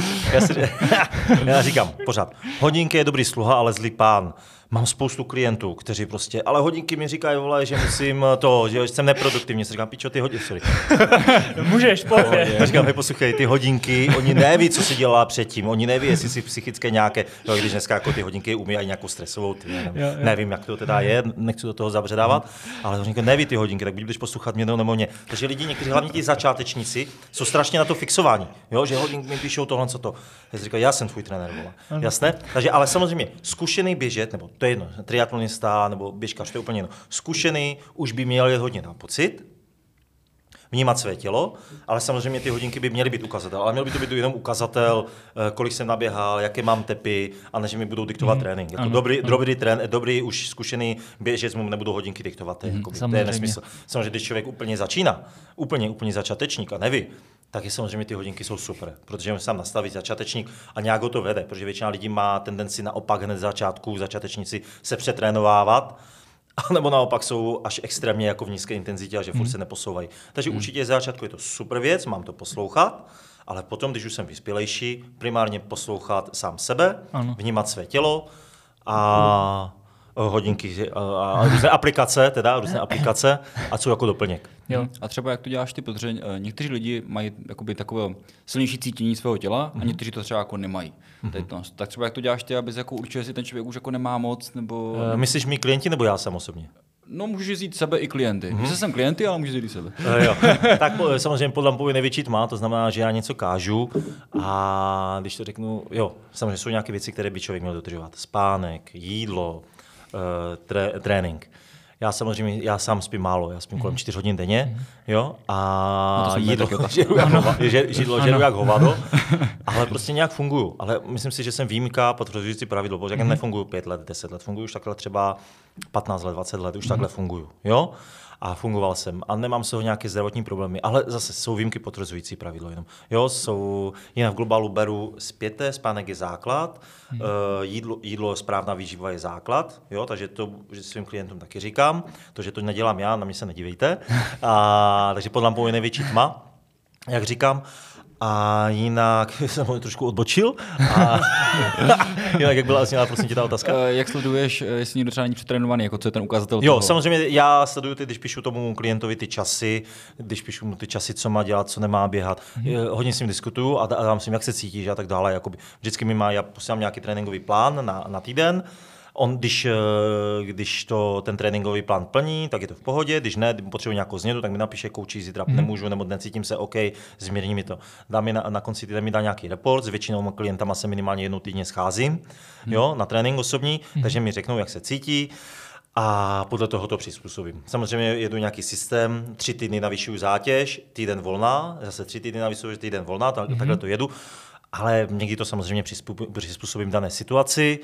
já říkám pořád, hodinky je dobrý sluha, ale zlý pán. Mám spoustu klientů, kteří prostě, ale hodinky mi říkají, vole, že musím to, že jsem neproduktivní. Si říkám, pičo, ty hodinky, sorry. Můžeš, pojď. Já říkám, hej, poslouchej, ty hodinky, oni neví, co si dělala předtím, oni neví, jestli si psychické nějaké, jo, když dneska jako ty hodinky umí i nějakou stresovou, nevím, jak to teda je, nechci do toho zabředávat, ale hodinky neví ty hodinky, tak buď budeš poslouchat mě nebo mě. Takže lidi, někteří, hlavně ti začátečníci, jsou strašně na to fixováni, jo, že hodinky mi píšou tohle, co to. Já si říkám, já jsem tvůj trenér, vole. Jasné? Takže ale samozřejmě zkušený běžet, nebo to je jedno, triatlonista nebo běžkař, to je úplně jedno. Zkušený už by měl jít hodně na pocit, vnímat své tělo, ale samozřejmě ty hodinky by měly být ukazatel. Ale měl by to být jenom ukazatel, kolik jsem naběhal, jaké mám tepy, a ne, že mi budou diktovat trénink. Jako dobrý už zkušený běžec mu nebudou hodinky diktovat. To je nesmysl. Samozřejmě, když člověk úplně začíná, úplně začátečník a neví, tak je samozřejmě ty hodinky jsou super, protože on sám nastaví začátečník a nějak ho to vede, protože většina lidí má tendenci naopak hned z začátku začátečníci se přetrénovávat, nebo naopak jsou až extrémně jako v nízké intenzitě a že furt se neposouvají. Takže určitě z začátku je to super věc, mám to poslouchat, ale potom, když už jsem vyspělejší, primárně poslouchat sám sebe, vnímat své tělo a hodinky a různé aplikace a co jako doplněk. Jo. A třeba jak to děláš ty, protože někteří lidi mají jakoby takové silnější cítění svého těla a někteří to třeba jako nemají. Tak třeba jak to děláš ty, abys jako určil, jestli ten člověk už jako nemá moc, nebo... Myslíš mý klienti nebo já sám osobně? No, můžeš jít sebe i klienty. Když jsem klienty, ale můžeš jít i sebe. Jo. Tak samozřejmě pod lampou je největší tma, to znamená, že já něco kážu a když to řeknu, jo, samozřejmě jsou nějaké věci, které by člověk měl dodržovat. Spánek, jídlo, trénink. Já sám spím málo, já spím kolem 4 hodin denně, jo, a jídlo žeru jak hovado, ale prostě nějak funguju. Ale myslím si, že jsem výjimka potvrzující pravidlo, protože jak nefunguju 5 let, 10 let, funguju už takhle třeba 15 let, 20 let, už takhle funguju, jo. A fungoval jsem a nemám z toho nějaké zdravotní problémy, ale zase jsou výjimky potvrzující pravidlo jenom. Jo, jinak v globálu beru zpěté, spánek je základ, jídlo, správná výživa je základ, jo, takže to že svým klientům taky říkám, to, že to nedělám já, na mě se nedívejte, takže pod lampou je největší tma, jak říkám. A jinak jsem ho trošku odbočil. Jinak, jak byla asi prosím tě ta otázka? Jak sleduješ, jestli někdo třeba není přetrénovaný, jako co je ten ukazatel Jo, toho? samozřejmě já sleduju když píšu tomu klientovi ty časy, když píšu mu ty časy, co má dělat, co nemá běhat. Hodně s ním diskutuju a dám si, jak se cítíš a tak dále. Jakoby. Vždycky já posílám nějaký tréninkový plán na týden. On, když ten tréninkový plán plní, tak je to v pohodě, když ne, potřebuji nějakou změnu, tak mi napíše, kouči, zítra nemůžu, nebo necítím se, OK, zmírní mi to. Dá mi na konci týdne mi dá nějaký report, s většinou klientama se minimálně jednou týdně scházím, jo, na trénink osobní, takže mi řeknou, jak se cítí. A podle toho to přizpůsobím. Samozřejmě jedu nějaký systém, 3 týdny navyšuju zátěž, týden volná, zase 3 týdny navyšuju, týden volná, takhle to jedu. Ale někdy to samozřejmě přizpůsobím dané situaci,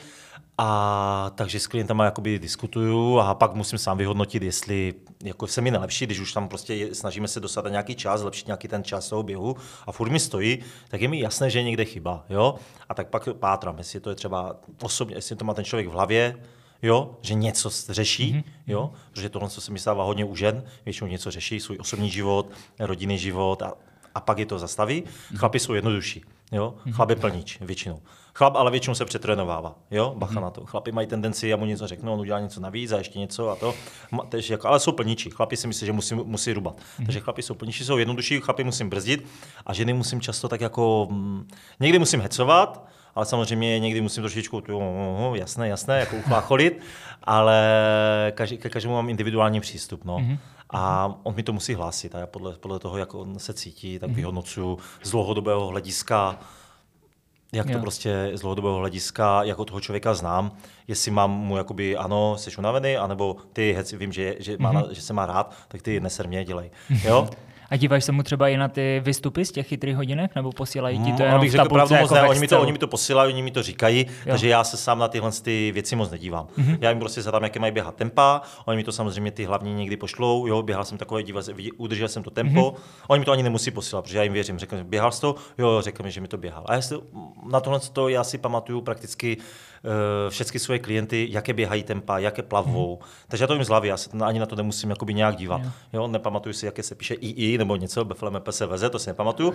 a takže s klientama jakoby diskutuju a pak musím sám vyhodnotit, jestli jako se mi nelepší, když už tam prostě snažíme se dostat na nějaký čas, zlepšit nějaký ten čas toho běhu a furt mi stojí, tak je mi jasné, že je někde chyba, jo? A tak pak pátrám, jestli to je třeba osobně, jestli to má ten člověk v hlavě, jo, že něco řeší, jo, protože tohle, co se mi stává hodně u žen, většinou něco řeší, svůj osobní život, rodinný život a pak je to zastaví. Chlapi jsou jednodušší, jo, chlap je plnič většinou. Chlap ale většinou se přetrénovává, jo, bacha na to. Chlapi mají tendenci, já mu něco řeknu, on udělá něco navíc a ještě něco a to. Ale jsou plniči, chlapi si myslí, že musí rubat. Takže chlapi jsou plniči, jsou jednodušší, chlapi musím brzdit a ženy musím často tak jako, někdy musím hecovat, ale samozřejmě někdy musím trošičku, jasné, jako uchlácholit, ale ke každému mám individuální přístup, no. A on mi to musí hlásit a já podle toho, jak on se cítí, tak vyhodnocuju z dlouhodobého hlediska, jak to prostě z dlouhodobého hlediska, jako toho člověka znám, jestli mám mu jakoby, ano, jsi unavený, anebo ty vím, že se má rád, tak ty neser mě, dělej, jo? A díváš se mu třeba i na ty výstupy z těch chytrých hodinek, nebo posílají ti to jenom v tabulce jako oni mi to posílají, oni mi to říkají, takže já se sám na tyhle věci moc nedívám. Já jim prostě zadám, jaké mají běhat tempa, oni mi to samozřejmě ty hlavní někdy pošlou, jo, běhal jsem takové, udržel jsem to tempo, oni mi to ani nemusí posílat, protože já jim věřím, řekl, běhal jsi to, jo, řekl mi, že mi to běhal. A na tohle já si pamatuju prakticky všechny svoje klienty, jaké běhají tempa, jaké plavou. Takže já to vím z hlavy, já se ani na to nemusím jakoby nějak dívat. Jo, nepamatuju si, jaké se píše II nebo něco, BFLMP se veze, to si nepamatuju,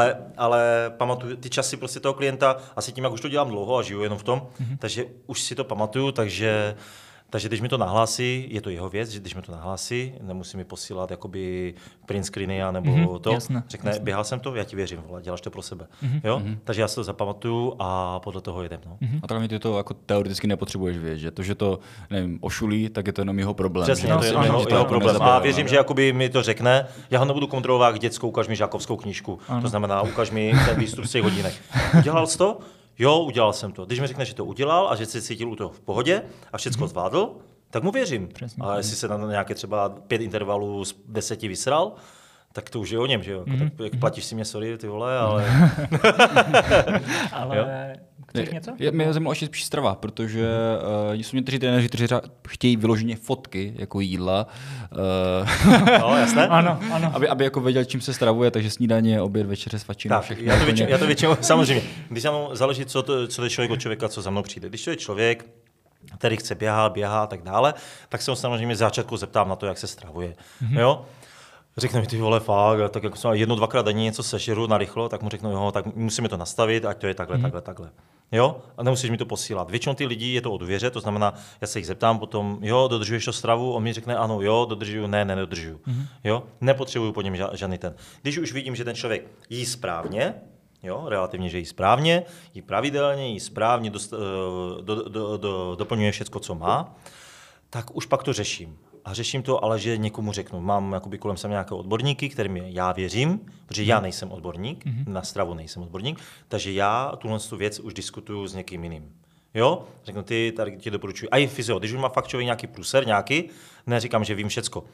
ale pamatuju ty časy prostě toho klienta, asi tím, jak už to dělám dlouho a žiju jenom v tom, takže už si to pamatuju, takže když mi to nahlásí, je to jeho věc, že když mi to nahlásí, nemusí mi posílat jakoby print screeny nebo to, řekne, běhal jsem to, já ti věřím, vole, děláš to pro sebe. Jo? Takže já si to zapamatuju a podle toho jedem. No. A takhle ty to jako teoreticky nepotřebuješ vědět, že to, že to nevím, ošulí, tak je to jenom jeho problém. Přesně, to je jeho problém. A věřím, že jakoby mi to řekne, já ho nebudu kontrolovat, děcko, ukaž mi žákovskou knížku. To znamená, ukaž mi ten výstup z těch hodinek. Udělal jsi to? Jo, udělal jsem to. Když mi řekne, že to udělal a že se cítil u toho v pohodě a všechno zvládl, tak mu věřím. A jestli se na nějaké třeba 5 intervalů z 10 vysral, tak to už je o něm, že jo? Tak, jak platíš si mě, sorry, ty vole, ale... Ale chceš něco? Mě zajímalo ještě spíš strava, protože jsou někteří trenéři, kteří chtějí vyloženě fotky jako jídla. No, jasné. Ano. Aby jako věděl, čím se stravuje, takže snídaně, oběd, večeře, svačina, všechno. Já to většinou, samozřejmě, když záleží, co to je člověk od člověka, co za mnou přijde. Když to je člověk, který chce běhá a tak dále, tak se ho samozřejmě z začátku zeptám na to, jak se stravuje. Jo? Řekne mi, ty vole, fakt, tak jako jsem 1-2krát denně něco sežeru narychlo, tak mu řeknu, jo, tak musíme to nastavit, ať to je takhle. Jo? A nemusíš mi to posílat. Většinou ty lidi je to o důvěře, to znamená, já se jich zeptám potom, jo, dodržuješ to stravu, on mi řekne, ano, jo, dodržuju, ne, nedodržuju. Jo? Nepotřebuju po něm žádný ten. Když už vidím, že ten člověk jí správně, jo, relativně, že jí správně, jí pravidelně, jí správně, doplňuje všecko, co má, tak už pak to řeším. A řeším to, ale že někomu řeknu. Mám jakoby kolem sebe nějaké odborníky, kterým já věřím, protože já nejsem odborník, na stravu nejsem odborník, takže já tuhle věc už diskutuju s někým jiným. Jo? Řeknu, ty tady ti doporučuji. A i fyzio, když už má fakt člověk nějaký průser, neříkám, že vím všecko.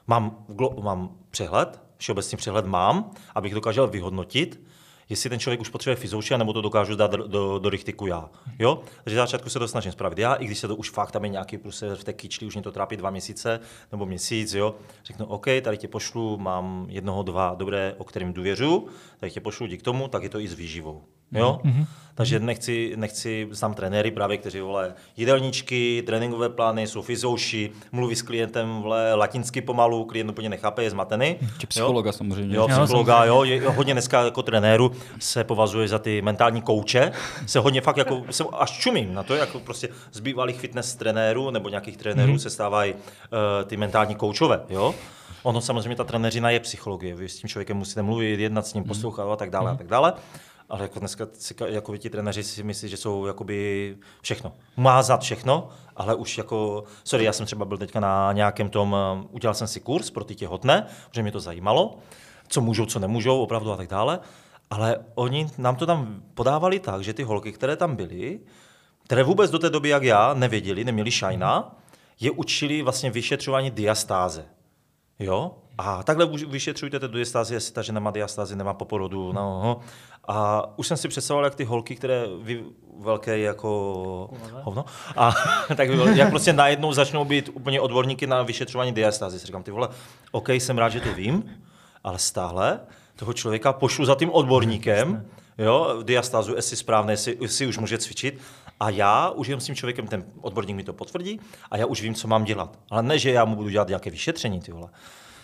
Mám přehled, všeobecný přehled mám, abych dokázal vyhodnotit, jestli ten člověk už potřebuje fyzouče, nebo to dokážu dát do rychtiku já. Jo? Takže začátku se to snažím spravit já, i když se to už fakt tam je nějaký průser v té kyčli, už mě to trápí 2 měsíce nebo měsíc, jo. Řeknu, OK, tady tě pošlu, mám 1-2 dobré, o kterým důvěřuji, tady tě pošlu dík tomu, tak je to i s výživou. Jo? Takže nechci, znám trenéry právě, kteří vole jídelníčky, tréninkové plány, jsou fyzouši, mluví s klientem vole latinsky pomalu, klient úplně nechápe, je zmatený. Či psychologa samozřejmě. Jo, psychologa, jo, hodně dneska jako trenéru se považuje za ty mentální kouče, se hodně fakt jako, až čumím na to, jako prostě z bývalých fitness trenérů nebo nějakých trenérů se stávají ty mentální koučové, jo. Ono samozřejmě ta trenéřina je psychologie, vy s tím člověkem musíte mluvit, jednat s ním, poslouchat a tak dále. Ale jako dneska jako ti trenéři si myslí, že jsou jakoby všechno. Mázat všechno, ale už jako, sorry, já jsem třeba byl teďka na nějakém tom, udělal jsem si kurz pro ty těhotné, protože mě to zajímalo, co můžou, co nemůžou, opravdu a tak dále. Ale oni nám to tam podávali tak, že ty holky, které tam byly, které vůbec do té doby, jak já, nevěděli, neměli šajna, je učili vlastně vyšetřování diastáze. Jo? A takhle vyšetřujte té diastázi, jestli ta žena má diastázi, nemá po porodu. No. A už jsem si představoval, jak ty holky, které velké jako hovno, a tak jak prostě najednou začnou být úplně odborníky na vyšetřování diastázy. Si říkám, ty vole, OK, jsem rád, že to vím, ale stále toho člověka pošlu za tím odborníkem, jo, diastázu, jestli správně, jestli už může cvičit. A já už jen s tím člověkem, ten odborník mi to potvrdí a já už vím, co mám dělat. Ale ne, že já mu budu dělat nějaké vyšetření, ty vole.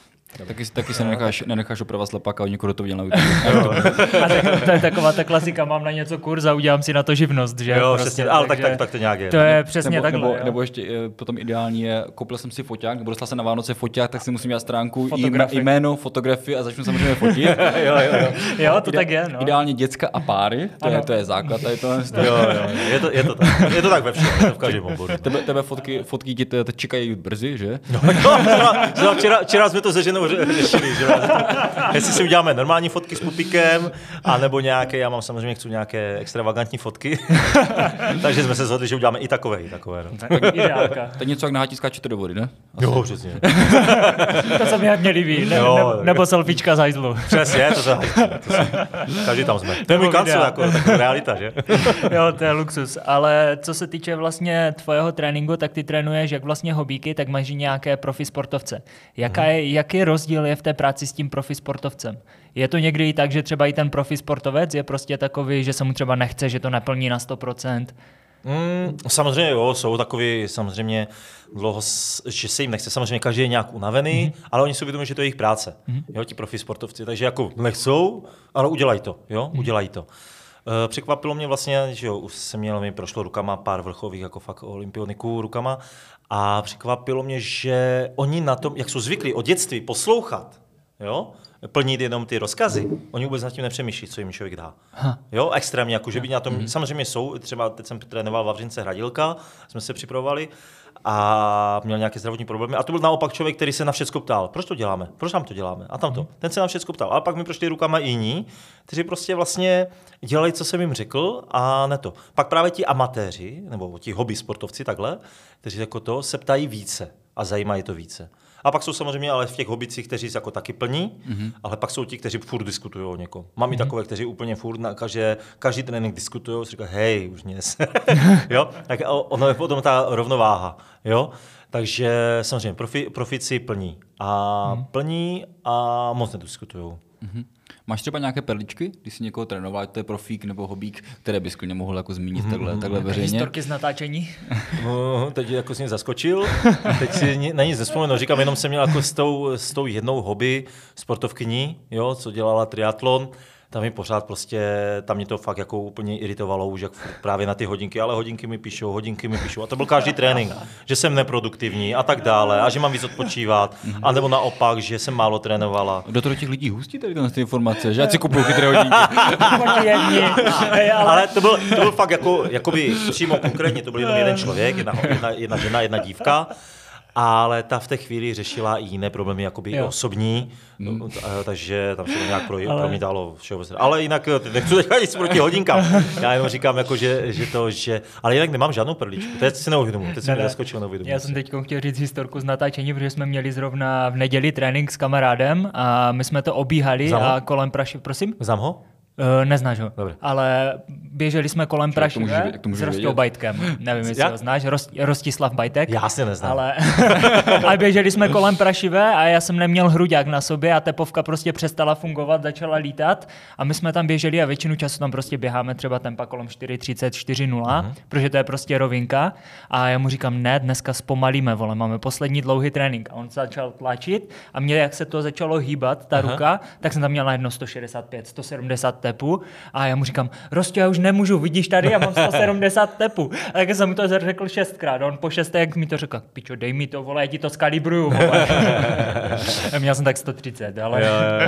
Taky se nenecháš opravovat slepáka, oni to viděl na To je taková ta klasika, mám na něco kurz a udělám si na to živnost, že? Jo, prostě, přesně, ale tak to nějak je. To je přesně takhle. Nebo ještě potom ideální je, koupil jsem si foťák, nebo dostal jsem na Vánoce foťák, tak si musím dělat stránku, jméno, fotografii a začnu samozřejmě fotit. Jo, to tak je. No. Ideálně děcka a páry, to je základ. Jo, je to tak. Je to tak ve všem, v každém oboru. Tebe fotky ti čekají brzy, že? Včera jsme to se ženou řešili, že jestli si uděláme normální fotky s pupíkem, anebo nějaké, já mám samozřejmě chci nějaké extravagantní fotky, takže jsme se shodli, že uděláme i takové. No. Ideálka. Tak něco jak nahátiskáče do vody, ne? Asi. Jo, přesně. To se mi hodně líbí, nebo selfiečka z hajzlu. Přesně, to se každý tam jsme. To je můj kancel, jako realita, že? Jo, to je luxus, ale co se týče vlastně tvojeho tréninku, tak ty trénuješ jak vlastně hobíky, tak máš nějaké profi sportovce. Jaký rozdíl je v té práci s tím profi sportovcem? Je to někdy i tak, že třeba i ten profi sportovec je prostě takový, že se mu třeba nechce, že to naplní na 100%? Samozřejmě jo, jsou takový samozřejmě dlouho, že se jim nechce. Samozřejmě každý je nějak unavený, ale oni si uvědomují, že to je jejich práce. Jo, ti profi sportovci, takže jako nechcou, ale udělají to, jo, udělají to. Překvapilo mě vlastně, že jo, už jsem měl, mi prošlo rukama pár vrchových jako fakt olympioniků rukama a překvapilo mě, že oni na tom, jak jsou zvyklí od dětství poslouchat, jo, plnit jenom ty rozkazy, oni vůbec nad tím nepřemýšlí, co jim člověk dá. Jo, extrémně, jako že by na tom, samozřejmě jsou, třeba teď jsem trénoval Vavřince Hradilka, jsme se připravovali a měl nějaké zdravotní problémy. A to byl naopak člověk, který se na všecko ptal. Proč to děláme? Proč tam to děláme? A tamto. Ten se na všecko ptal. Ale pak mi prošli rukama i jiní, kteří prostě vlastně dělají, co jsem jim řekl a ne to. Pak právě ti amatéři, nebo ti hobby sportovci takhle, kteří jako to se ptají více a zajímají to více. A pak jsou samozřejmě ale v těch hobicích, kteří se jako taky plní, ale pak jsou ti, kteří furt diskutují o někom. Mám i takové, kteří úplně furt na každý trénink diskutují, si říkají, hej, už mě jo? Tak ono je potom ta rovnováha. Jo? Takže samozřejmě profici plní a moc nediskutují. Máš třeba nějaké perličky, když jsi někoho trénoval, to je profík nebo hobík, které bys klidně mohl jako zmínit takhle veřejně? Historky z natáčení? Teď jako jsi mě zaskočil, teď si na nic nespomenu, říkám, jenom jsem měl jako s tou jednou hobby sportovkyní, jo, co dělala triatlon, tam mi pořád prostě, tam mě to fakt jako úplně iritovalo už jak právě na ty hodinky, ale hodinky mi píšou a to byl každý trénink, že jsem neproduktivní a tak dále a že mám víc odpočívat, anebo naopak, že jsem málo trénovala. Do toho těch lidí hustí tady ty informace, že já si kupuju chytré hodinky. Ale to byl fakt jakoby přímo konkrétně, to byl jenom jeden člověk, jedna žena, jedna dívka. Ale ta v té chvíli řešila i jiné problémy, jakoby osobní, takže tam se to nějak promítalo všeobecně. Ale jinak nechci teďka nic proti hodinkám. Já jenom říkám, jako, že ale jinak nemám žádnou perličku. Teď si neuvědomuji, teď si mě zaskočil neuvědomuji. Já jsem teď chtěl říct historku z natáčení, protože jsme měli zrovna v neděli trénink s kamarádem a my jsme to obíhali a kolem prosím? Znám ho? Neznáš ho, Dobre. Ale běželi jsme kolem Prašive s Rostou Bajtkem. Nevím, jestli ho znáš, Rostislav Bajtek. Já si neznám. Ale běželi jsme kolem Prašive a já jsem neměl hruďák na sobě a tepovka prostě přestala fungovat, začala lítat a my jsme tam běželi a většinu času tam prostě běháme třeba tempa kolem 4:30, 4:0, protože to je prostě rovinka a já mu říkám, ne, dneska zpomalíme, vole, máme poslední dlouhý trénink a on začal tlačit a mě, jak se to začalo hýbat, ta ruka, tak jsem tam měl na jedno 165, 170 tepů a já mu říkám, Rostě, já už nemůžu, vidíš tady, já mám 170 tepů. A tak jsem mu to řekl 6krát, on po 6, jak mi to řekl, pičo, dej mi to, vole, já ti to skalibruju, vole. Měl jsem tak 130, ale,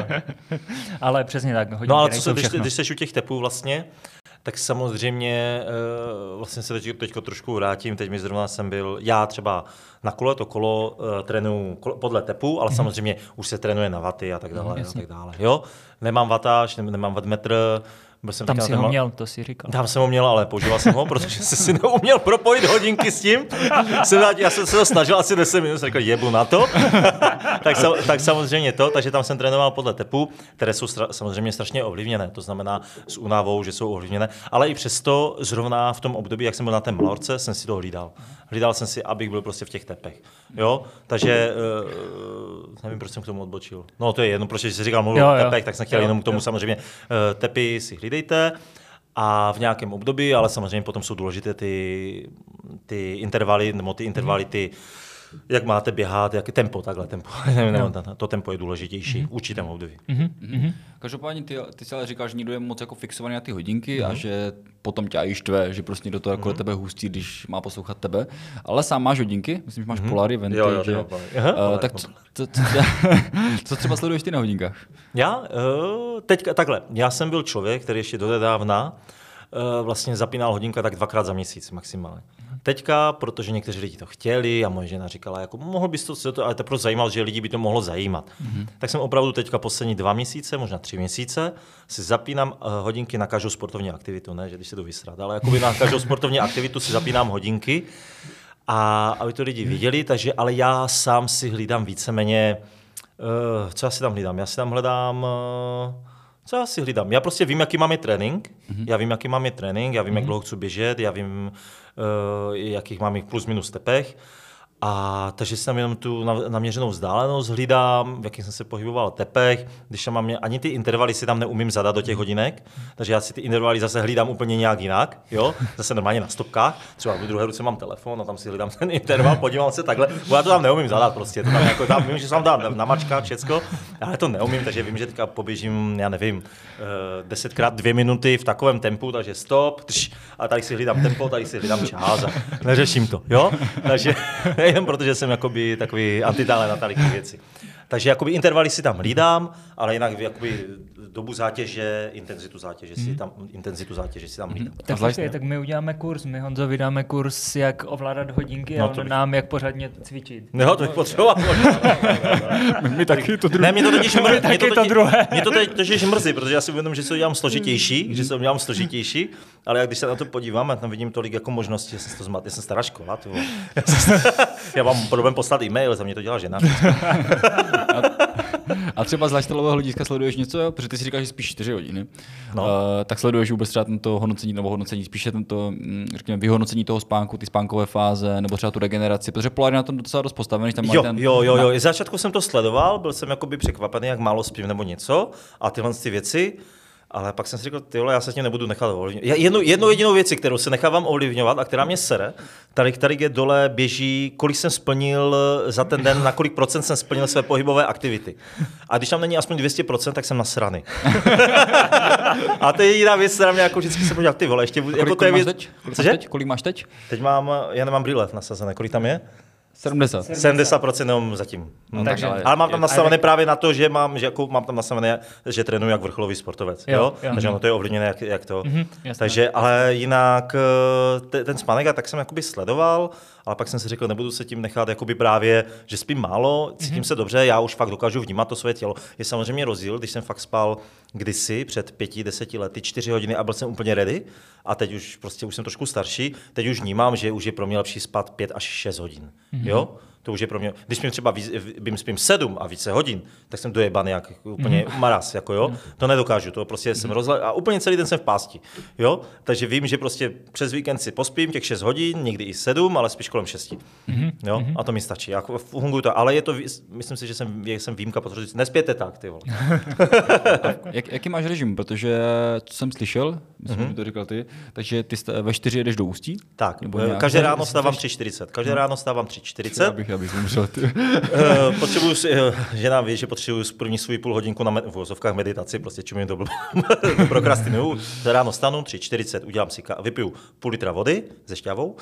ale přesně tak. No ale když jsi u těch tepů vlastně, tak samozřejmě vlastně se teďko trošku vrátím, teď mi zrovna jsem byl, já třeba na kole, to kolo trénuju podle tepu, ale samozřejmě už se trénuje na vaty a tak dále. Jo? Nemám vatáž, nemám wattmetr. Tam si ho měl, to si říkal. Tam jsem ho měl, ale používal jsem ho, protože jsem si neuměl propojit hodinky s tím. Já jsem se to snažil asi 10 minut, jsem řekl, jebu na to. tak samozřejmě to, takže tam jsem trénoval podle tepu, které jsou samozřejmě strašně ovlivněné, to znamená s únavou, že jsou ovlivněné, ale i přesto zrovna v tom období, jak jsem byl na té Malorce, jsem si to hlídal. Hlídal jsem si, abych byl prostě v těch tepech. Jo? Takže nevím, proč jsem k tomu odbočil. No to je jedno, protože jsi říkal mluvil o tepech, tak jsem chtěl jenom k tomu samozřejmě tepy si hlídejte a v nějakém období, ale samozřejmě potom jsou důležité ty intervaly, nebo ty intervaly, jak máte běhat, jak tempo, takhle tempo. To tempo je důležitější v určitém období. Každopádně ty si ale říkáš, že někdo je moc jako fixovaný na ty hodinky a že potom tě i štve, že prostě do toho kolem tebe hustí, když má poslouchat tebe. Ale sám máš hodinky, myslím, že máš Polary, Vantage. Tak co třeba sleduješ ty na hodinkách? Já? Teďka takhle. Já jsem byl člověk, který ještě donedávna vlastně zapínal hodinka tak 2krát za měsíc maximálně. Teďka, protože někteří lidi to chtěli a moje žena říkala, jako mohl bys to, ale to prostě zajímalo, že lidi by to mohlo zajímat. Tak jsem opravdu teďka poslední 2 měsíce, možná 3 měsíce, si zapínám hodinky na každou sportovní aktivitu, ne, že když se to vysrat, ale jakoby na každou sportovní aktivitu si zapínám hodinky a aby to lidi viděli, takže ale já sám si hlídám víceméně, co já si tam hlídám? Já si tam hledám... Co já si hlídám? Já prostě vím, jaký máme trénink, já vím, jak dlouho chci běžet, já vím, jakých mám jich plus minus tepech. A takže si tam jenom tu naměřenou vzdálenost hlídám, v jakých jsem se pohyboval tepech, když tam mám ani ty intervaly si tam neumím zadat do těch hodinek, takže já si ty intervaly zase hlídám úplně nějak jinak, jo? Zase normálně na stopkách, třeba v druhé ruce mám telefon a tam si hlídám ten interval, podívám se takhle, bo já to tam neumím zadat prostě, to tam jako, vím, že jsem tam dám namačkat všecko, ale to neumím, takže vím, že teďka poběžím, já nevím, 10x 2 minuty v takovém tempu, takže stop, a tady si hlídám tempo, tady si hlídám čas a neřeším to, jo? Takže jen protože jsem jakoby takový antitálent na tady věci. Takže jakoby intervaly si tam hlídám, ale jinak jakoby dobu zátěže, intenzitu zátěže si tam hlídám. Tak počkej, tak my uděláme kurz, my Honzo vydáme kurz, jak ovládat hodinky a on nám jak pořádně cvičit. No, to bych potřeboval. My taky to druhé. Ne, mě to totiž druhé. mrzí, protože já si uvědomím, že se to dělám složitější, ale jak když se na to podívám, já tam vidím tolik jako možností, já jsem to zmat, já jsem stará škola, já mám problém poslat e-mail, za mě to dělá žena. A třeba z lifestyleového hlediska sleduješ něco, protože ty si říkáš, že spíš 4 hodiny. No. Tak sleduješ vůbec třeba tento hodnocení, spíše tento, řekněme, vyhodnocení toho spánku, ty spánkové fáze, nebo třeba tu regeneraci, protože Polar je na tom docela dost postavený. Tam Jo. Z začátku jsem to sledoval, byl jsem jakoby překvapený, jak málo spím nebo něco a tyhle ty věci. Ale pak jsem si řekl, ty vole, já se tím nebudu nechat ovlivňovat. Jednu jedinou věc, kterou se nechávám ovlivňovat a která mě sere, tady je dole běží, kolik jsem splnil za ten den, na kolik procent jsem splnil své pohybové aktivity. A když tam není aspoň 200%, tak jsem nasraný. A to je jediná věc, která mě jako vždycky se podívat, ty vole, ještě Kolik máš teď? Teď já nemám brýle nasazené, kolik tam je? 70% jenom zatím. Takže, ale mám tam nastavené právě na to, že mám tam nastavené, že trénuji jak vrcholový sportovec. Jo? Takže ono to je ovlivněné, jak to. Takže, ale jinak ten spánek, tak jsem jakoby sledoval, ale pak jsem si řekl, nebudu se tím nechat jakoby právě, že spím málo, cítím se dobře, já už fakt dokážu vnímat to své tělo. Je samozřejmě rozdíl, když jsem fakt spal kdysi před 5-10 lety 4 hodiny a byl jsem úplně ready a teď už jsem trošku starší, teď už vnímám, že už je pro mě lepší spát 5 až 6 hodin. Jo? To už je pro mě, když spím třeba spím 7 a více hodin, tak jsem dojebaný jak úplně maras, jako jo. To nedokážu, to prostě jsem a úplně celý den jsem v pásti, jo. Takže vím, že prostě přes víkend si pospím těch 6 hodin, někdy i 7, ale spíš kolem 6. Jo, a to mi stačí. Jako funguji to, ale je to, myslím si, že jsem výjimka, protože nespěte tak, ty vole. Jaký máš režim? Protože co jsem slyšel, myslím, že to říkal ty, takže ty ve 4 jedeš do Ústí? Tak, každé ráno stávám 3:40. Abych umřel. Potřebuju, žena ví, že potřebuju první svůj půl hodinku v vozovkách meditaci, prostě čumím to prokrastinuju. Ráno stanu, 3:40, udělám si vypiju půl litra vody se šťávou.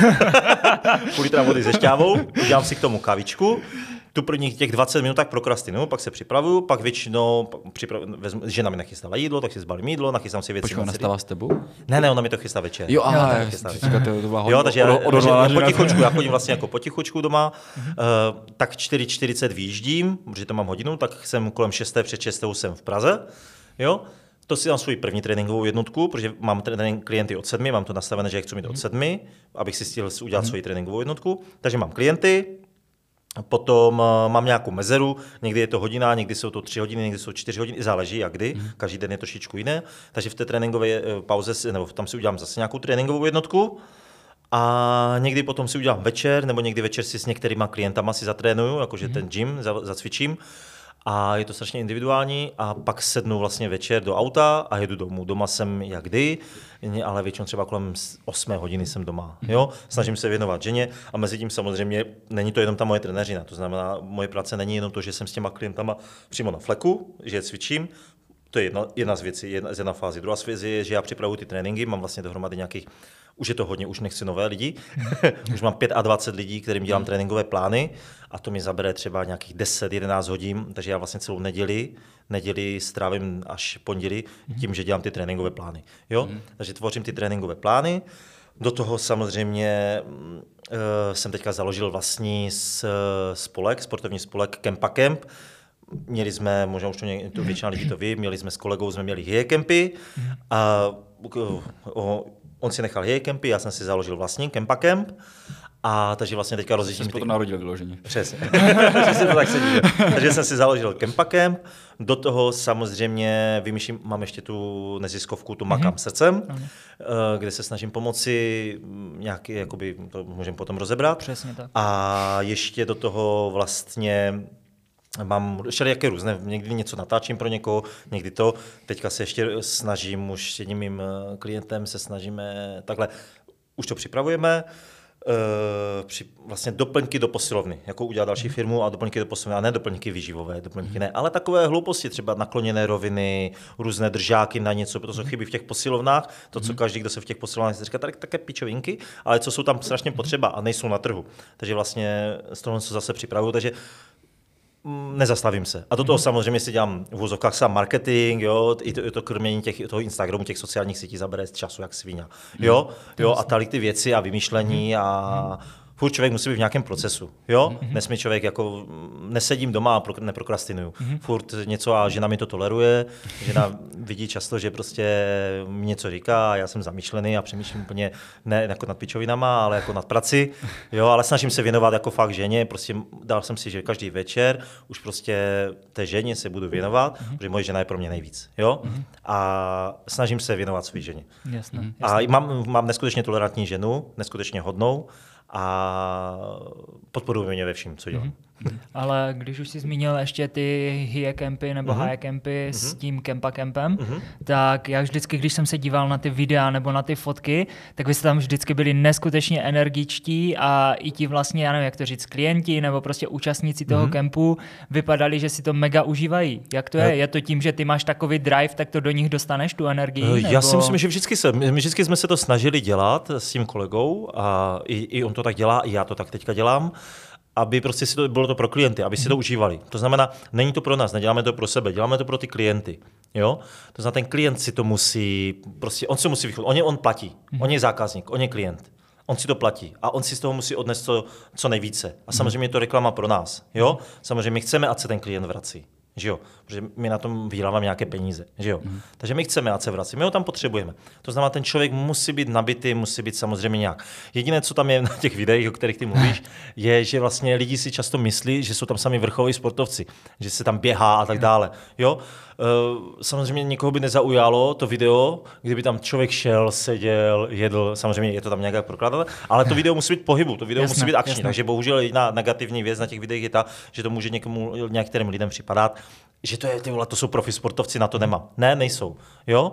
Udělám si k tomu kavičku. Tu prvních těch 20 minut tak prokrastinuju, pak se připravuju, pak většinou žena mi nachystala jídlo, tak si zbalím jídlo, nachystám si věci. Počkej, ona stává s tebou? Ne, ona mi to chystá večer. Jo, takže já potichučku, já chodím vlastně jako potichučku doma, tak 4:40 vyjíždím, protože to mám hodinu, tak jsem kolem 6, před 6 jsem v Praze, jo. To si dám svou první tréninkovou jednotku, protože mám klienty od 7, mám to nastavené, že chci mít od 7, abych si stihl udělat svoji tréninkovou jednotku, takže mám klienty. Potom mám nějakou mezeru, někdy je to hodina, někdy jsou to 3 hodiny, někdy jsou 4 hodiny, záleží jak kdy, každý den je trošičku jiné, takže v té tréninkové pauze, nebo tam si udělám zase nějakou tréninkovou jednotku a někdy potom si udělám večer, nebo někdy večer si s některýma klientama si zatrénuju, jakože ten gym zacvičím. A je to strašně individuální a pak sednu vlastně večer do auta a jedu domů. Doma jsem jak kdy, ale většinou třeba kolem 8 hodiny jsem doma. Jo? Snažím se věnovat ženě a mezi tím samozřejmě není to jenom ta moje trenéřina. To znamená, moje práce není jenom to, že jsem s těma klientama přímo na fleku, že je cvičím. To je jedna z věcí, jedna fáze. Druhá věc je, že já připravuji ty tréninky, mám vlastně dohromady nějakých, už je to hodně, už nechci nové lidi, už mám 25 lidí, kterým dělám tréninkové plány a to mi zabere třeba nějakých 10-11 hodin, takže já vlastně celou neděli strávím až pondělí tím, že dělám ty tréninkové plány. Jo? Takže tvořím ty tréninkové plány, do toho samozřejmě jsem teďka založil vlastní sportovní spolek Kempa Kemp. Měli jsme, možná už to většina lidí to ví, s kolegou jsme měli hije kempy a on si nechal hije kempy, já jsem si založil vlastní Kempa Kemp a takže vlastně teďka rozliším. Jsi to narodil vyloženě. Přesně, to tak sedí. Takže jsem si založil Kempa Kemp, do toho samozřejmě vymýšlím, mám ještě tu neziskovku, tu Makám srdcem, kde se snažím pomoci, nějaký, jakoby, to můžeme potom rozebrat. Přesně tak. A ještě do toho vlastně mám všelijaké různé, někdy něco natáčím pro někoho, někdy to. Teďka se ještě snažím, už s jedním mým klientem se snažíme takhle, už to připravujeme, vlastně doplňky do posilovny, jako udělat další firmu a doplňky do posilovny, a ne doplňky výživové, doplňky ne, ale takové hlouposti, třeba nakloněné roviny, různé držáky na něco, protože chybí v těch posilovnách, to, co každý, kdo se v těch posilovnách se říká, také pičovinky, ale co jsou tam strašně potřeba a nejsou na trhu. Takže vlastně z toho, co zase připravuju, takže nezastavím se. A do toho samozřejmě si dělám v vozovkách sám marketing, jo, i to krmění toho Instagramu, těch sociálních sítí zabere z času jak svíňa. Jo, a tady ty věci a vymýšlení a furt člověk musí být v nějakém procesu, jo? Nesmí člověk jako, nesedím doma a neprokrastinuju. Furt něco a žena mi to toleruje, žena vidí často, že prostě mi něco říká a já jsem zamýšlený a přemýšlím úplně ne jako nad pičovinama, ale jako nad prací, jo? Ale snažím se věnovat jako fakt ženě, prostě dal jsem si, že každý večer už prostě té ženě se budu věnovat, protože moje žena je pro mě nejvíc, jo? A snažím se věnovat své ženě. Jasně. A mám neskutečně tolerantní ženu, neskutečně hodnou, a podporuje mě ve všem, co dělám. Ale když už jsi zmínil ještě ty high campy nebo high campy s tím Kempa Campem, tak já vždycky, když jsem se díval na ty videa nebo na ty fotky, tak vy jste tam vždycky byli neskutečně energičtí a i ti vlastně, já nevím, jak to říct, klienti nebo prostě účastníci toho kempu vypadali, že si to mega užívají. Jak to je? Je to tím, že ty máš takový drive, tak to do nich dostaneš, tu energii? Já si myslím, že vždycky jsme se to snažili dělat s tím kolegou a i on to tak dělá, i já to tak teďka dělám, aby prostě bylo to pro klienty, aby si to užívali. To znamená, není to pro nás, neděláme to pro sebe, děláme to pro ty klienty. Jo? To znamená, ten klient si to musí, prostě on se musí vychovat, on platí, on je zákazník, on je klient. On si to platí a on si z toho musí odnést co nejvíce. A samozřejmě je to reklama pro nás. Jo? Samozřejmě my chceme, ať se ten klient vrací. Že jo? Protože my na tom vyděláváme nějaké peníze. Že jo? Takže my chceme, ať se vrací. My ho tam potřebujeme. To znamená, ten člověk musí být nabitý, musí být samozřejmě nějak. Jediné, co tam je na těch videích, o kterých ty mluvíš, je, že vlastně lidi si často myslí, že jsou tam sami vrcholoví sportovci, že se tam běhá a tak dále. Jo? Samozřejmě nikoho by nezaujalo to video, kdyby tam člověk šel, seděl, jedl, samozřejmě je to tam nějak prokládané, ale to video musí být pohybu, to video musí být akční. Takže bohužel jedna negativní věc na těch videích je ta, že to může některým lidem připadat, že to je, ty vole, to jsou profi sportovci, na to nemám. Ne, nejsou. Jo?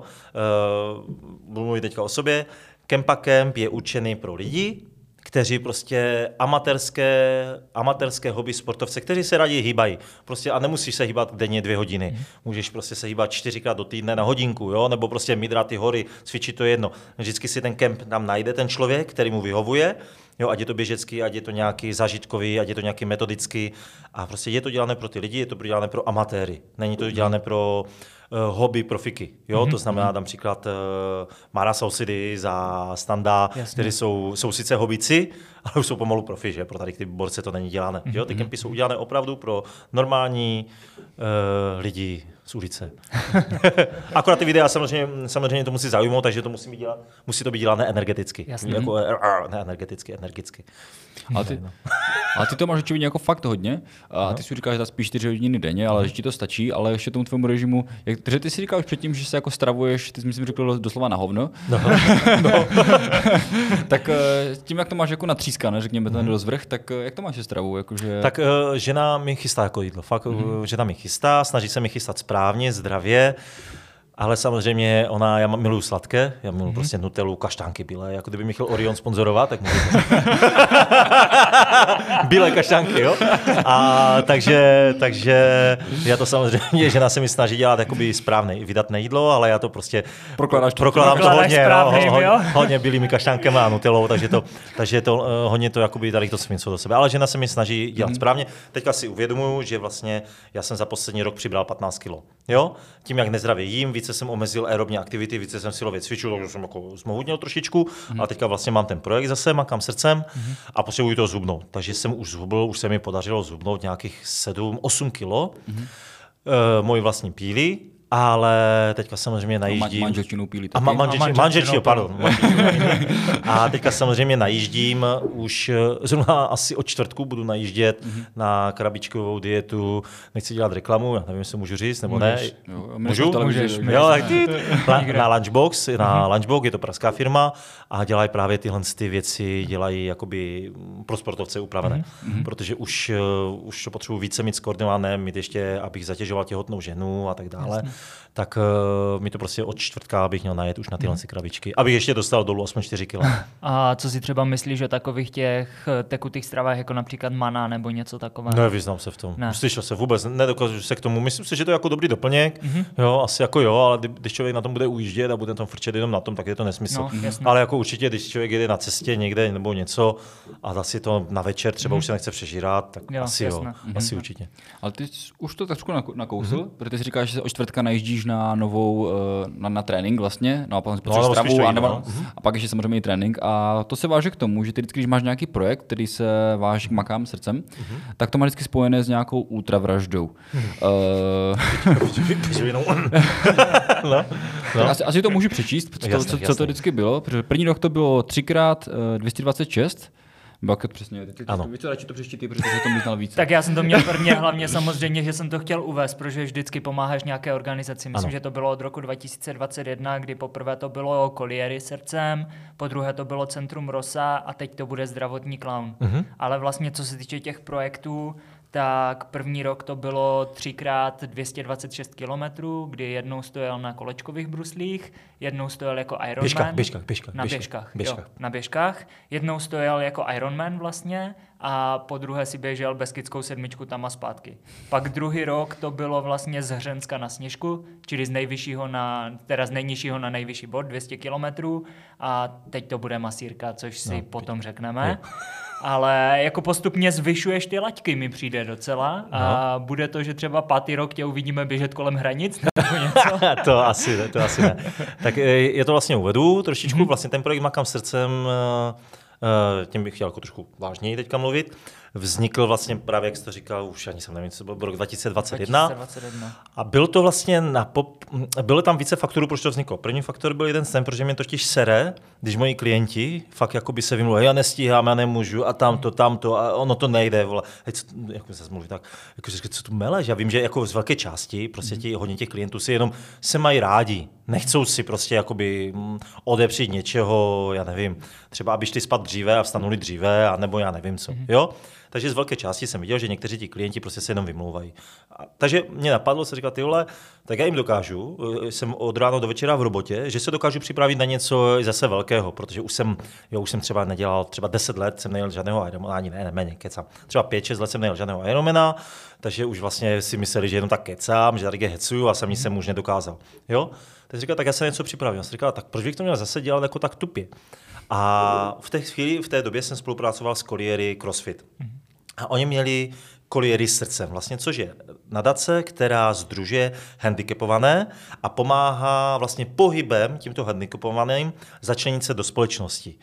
Budu mluvit teďka o sobě. Kempa Camp je určený pro lidi, kteří prostě amatérské hobby sportovce, kteří se raději hýbají. Prostě a nemusíš se hýbat denně 2 hodiny. Můžeš prostě se hýbat 4krát do týdne na hodinku, jo? Nebo prostě mydrat ty hory, cvičit to jedno. Vždycky si ten kemp tam najde ten člověk, který mu vyhovuje, jo? Ať je to běžecký, ať je to nějaký zážitkový, ať je to nějaký metodický. A prostě je to dělané pro ty lidi, je to dělané pro amatéry. Není to dělané pro hobby profiky. Jo? To znamená například Mara Sousidy za Standa, kteří jsou sice hobíci, ale už jsou pomalu profi, že? Pro tady ty borce to není dělané. Jo? Ty kempy jsou udělané opravdu pro normální lidi z ulice. Akorát ty videa samozřejmě to musí zaujmout, takže to musí to být dělané energeticky. Jako, ne energeticky, energicky. Ale ty to máš očividně jako fakt hodně. A ty si říkáš, že spíš 4 hodiny denně, ale že ti to stačí, ale ještě tomu tvému režimu. Protože ty si říkal už předtím, že se jako stravuješ, ty jsi myslím řekl doslova na hovno. No. Tak tím, jak to máš jako natřískané, řekněme ten rozvrh, tak jak to máš se stravou? Jakože... Tak žena mi chystá jako jídlo. Fakt, žena mi chystá, snaží se mi chystat správně, zdravě. Ale samozřejmě já miluju sladké, já miluju prostě Nutellu, kaštánky bílé, jako kdyby mi chtěl Orion sponzorovat, tak můžu. Bílé kaštánky, jo? A takže já to samozřejmě, žena se mi snaží dělat jakoby správné, vydatné jídlo, ale já to prostě prokládám to hodně bílými kaštánkami a Nutellou, takže to hodně to jakoby tady to smysl do sebe. Ale žena se mi snaží dělat správně. Teďka si uvědomuji, že vlastně já jsem za poslední rok přibral 15 kg. Jo? Tím, jak nezdravě jím, více jsem omezil aerobní aktivity, více jsem silově cvičil, takže jsem jako zmohutnil trošičku, a teďka vlastně mám ten projekt zase, makám srdcem a potřebuji to zhubnout. Takže jsem už zhubl, už se mi podařilo zhubnout nějakých 7-8 kilo. Moji vlastní píly, ale teďka samozřejmě najíždím. Manželčinu píli taky. Manželčinu, pardon. A teďka samozřejmě najíždím, už zrovna asi od čtvrtku budu najíždět na krabičkovou dietu. Nechci dělat reklamu, já nevím, jestli můžu říct, nebo ne. Můžu? Můžeš. Na Lunchbox, je to pražská firma a dělají právě tyhle ty věci, dělají jakoby pro sportovce upravené. Protože už to potřebuji více mít skoordinované, mít ještě, abych zatěžoval těhotnou ženu a tak dále. tak mi to prostě od čtvrtka bych měl najet už na tyhle krabičky, abych ještě dostal dolů aspoň 4 kg. A co si třeba myslíš o takových těch tekutých stravách, jako například mana nebo něco takového? Nevyznám se v tom. Slyšel se vůbec, nedokážu se k tomu. Myslím si, že to je jako dobrý doplněk. Jo, asi jako jo, ale když člověk na tom bude ujíždět a bude tam frčet jenom na tom, tak je to nesmysl. Ale jako určitě, když člověk jede na cestě někde nebo něco a dá si to na večer, třeba už se nechce přežírat, tak asi jo. Asi určitě. Ale ty už to trošku nakousil, protože ty si říkáš, že se od čtvrtka najíždíš na novou na trénink vlastně, no a potom stravu a pak ještě samozřejmě i trénink a to se váže k tomu, že ty vždycky, když máš nějaký projekt, který se váží k makám srdcem, tak to má vždycky spojené s nějakou ultravraždou. Asi to můžu přečíst, co to vždycky bylo, protože první rok to bylo 3x226, jak přesně, víš co, radši to přečti ty, protože jsi to znal víc. Tak já jsem to měl prvně hlavně samozřejmě, že jsem to chtěl uvést, protože vždycky pomáháš nějaké organizaci. Myslím, že to bylo od roku 2021, kdy poprvé to bylo Collieri srdcem, po druhé to bylo Centrum Rosa a teď to bude Zdravotní klaun. Ale vlastně co se týče těch projektů, tak první rok to bylo 3x226 kilometrů, kdy jednou stojel na kolečkových bruslích, jednou stojel jako Ironman. Na běžkách. Jednou stojel jako Ironman vlastně a po druhé si běžel Beskidskou 7 tam a zpátky. Pak druhý rok to bylo vlastně z Hřenska na Sněžku, čili z nejnižšího na nejvyšší bod, 200 kilometrů a teď to bude masírka, což si potom řekneme. Ale jako postupně zvyšuješ ty laťky, mi přijde docela. A bude to, že třeba 5. rok tě uvidíme běžet kolem hranic nebo něco? to asi ne. Tak je to vlastně uvedu trošičku. Vlastně ten projekt Makám srdcem, tím bych chtěl jako trošku vážněji teďka mluvit. Vznikl vlastně právě, jak jsi to říkal, už ani jsem nevím, co byl rok 2021. A byl to vlastně bylo tam více faktorů, proč to vzniklo. První faktor byl jeden z ten, protože mě totiž sere, když moji klienti fakt jako by se vymluvili, já nestíhám, já nemůžu a tamto a ono to nejde. Jak se mluví tak, jako říkám, co tu meleš? Já vím, že jako z velké části prostě hodně těch klientů se mají rádi. Nechcou si prostě jakoby odepřít něčeho, já nevím, třeba aby šli spát dříve a vstanuli dříve, a nebo já nevím co, jo? Takže z velké části jsem viděl, že někteří ti klienti prostě se jenom vymlouvají. Takže mě napadlo se říkat, ty vole, tak já jim dokážu, jsem od rána do večera v robotě, že se dokážu připravit na něco zase velkého, protože už jsem třeba nedělal, třeba 10 let jsem nejel žádného Ironmana, ani ne, méně, kecám. Třeba 5-6 let jsem nejel žádného Ironmana, takže už vlastně si mysleli, že jenom tak kecám, že tady hecuju a sami jsem už nedokázal. Jo? Tak říkal, tak já se něco připravím. Já jsem říkal, tak proč bych to měl zase dělat jako tak tupě? A v té době jsem spolupracoval s Collieri CrossFit. A oni měli Collieri srdcem, vlastně, což je nadace, která sdružuje handicapované a pomáhá vlastně pohybem tímto handicapovaným začlenit se do společnosti.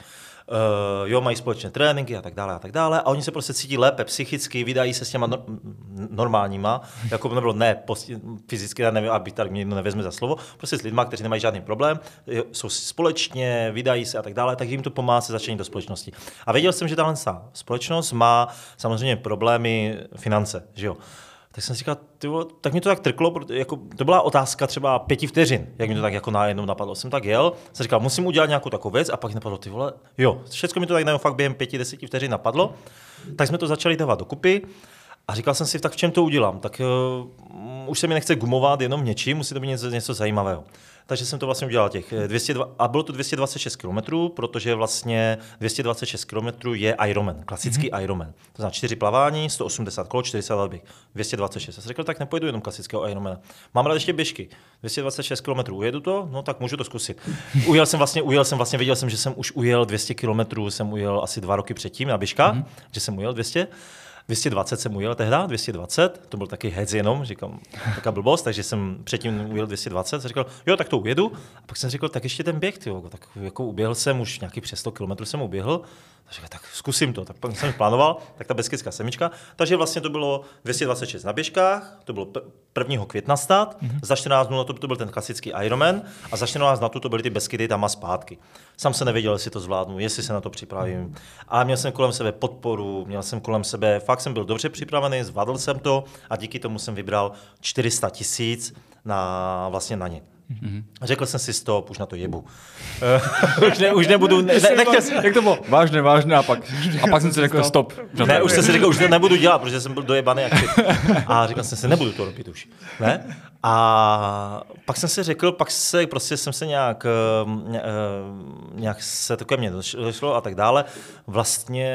Mají společné tréninky a tak dále a oni se prostě cítí lépe psychicky, vydají se s těma normálníma, jako nebylo fyzicky, já nevím, aby tady mě někdo nevezme za slovo, prostě s lidma, kteří nemají žádný problém, jsou společně, vydají se a tak dále, tak jim to pomáhá se začlenit do společnosti. A věděl jsem, že tahle společnost má samozřejmě problémy finance, že jo. Tak jsem si říkal, tak mi to tak trklo, jako, to byla otázka třeba 5 vteřin, jak mi to tak jako najednou napadlo. Jsem tak jel, jsem říkal, musím udělat nějakou takovou věc a pak napadlo, ty vole, jo, všechno mi to tak fakt během 5-10 vteřin napadlo, tak jsme to začali dávat dokupy a říkal jsem si, tak v čem to udělám, tak už se mi nechce gumovat jenom něčím, musí to být něco zajímavého. Takže jsem to vlastně udělal a bylo to 226 km, protože vlastně 226 km je Ironman, klasický Ironman. To znamená 4 plavání, 180 kol, 40 běh, 226. Já jsem řekl, tak nepojedu jenom klasického Ironmana. Mám rád ještě běžky. 226 km ujedu to, no tak můžu to zkusit. Ujel jsem vlastně, věděl jsem, že jsem už ujel 200 km, jsem ujel asi 2 roky předtím na běžkách, že jsem ujel 200. 220 jsem ujel tehda, 220, to byl taky hec jenom, říkám, taká blbost, takže jsem předtím ujel 220, jsem říkal, jo, tak to ujedu, a pak jsem říkal, tak ještě ten běh, tyjo, tak jako uběhl jsem, už nějaký přes 100 km jsem uběhl, tak zkusím to, tak pak jsem plánoval, tak ta Beskidská 7, takže vlastně to bylo 226 na běžkách, to bylo 1. května start, za 14 dnů na to byl ten klasický Ironman a za 14 na to byly ty Beskidy tam a zpátky. Sam se nevěděl, jestli to zvládnu, jestli se na to připravím, ale měl jsem kolem sebe podporu, měl jsem kolem sebe, fakt jsem byl dobře připravený, zvládl jsem to a díky tomu jsem vybral 400 000 na ně. Řekl jsem si stop, už na to jebu. Už nebudu... Jak to bylo? Vážné a pak jsem si řekl stop. Už jsem si řekl, už to nebudu dělat, protože jsem byl dojebaný. A říkal jsem si, nebudu to robit už. Ne? A pak jsem si řekl, prostě jsem se nějak se to ke mně došlo a tak dále. Vlastně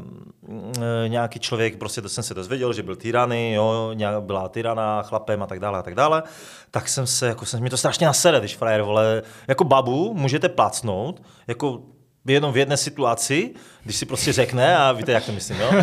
nějaký člověk, prostě to jsem se dozvěděl, že byl tyrany, jo, byla tyrana chlapem a tak dále. Tak jsem mi to strašně nasere, když frajer, vole, jako babu můžete plácnout, jako jenom v jedné situaci, když si prostě řekne, a víte, jak to myslím, jo?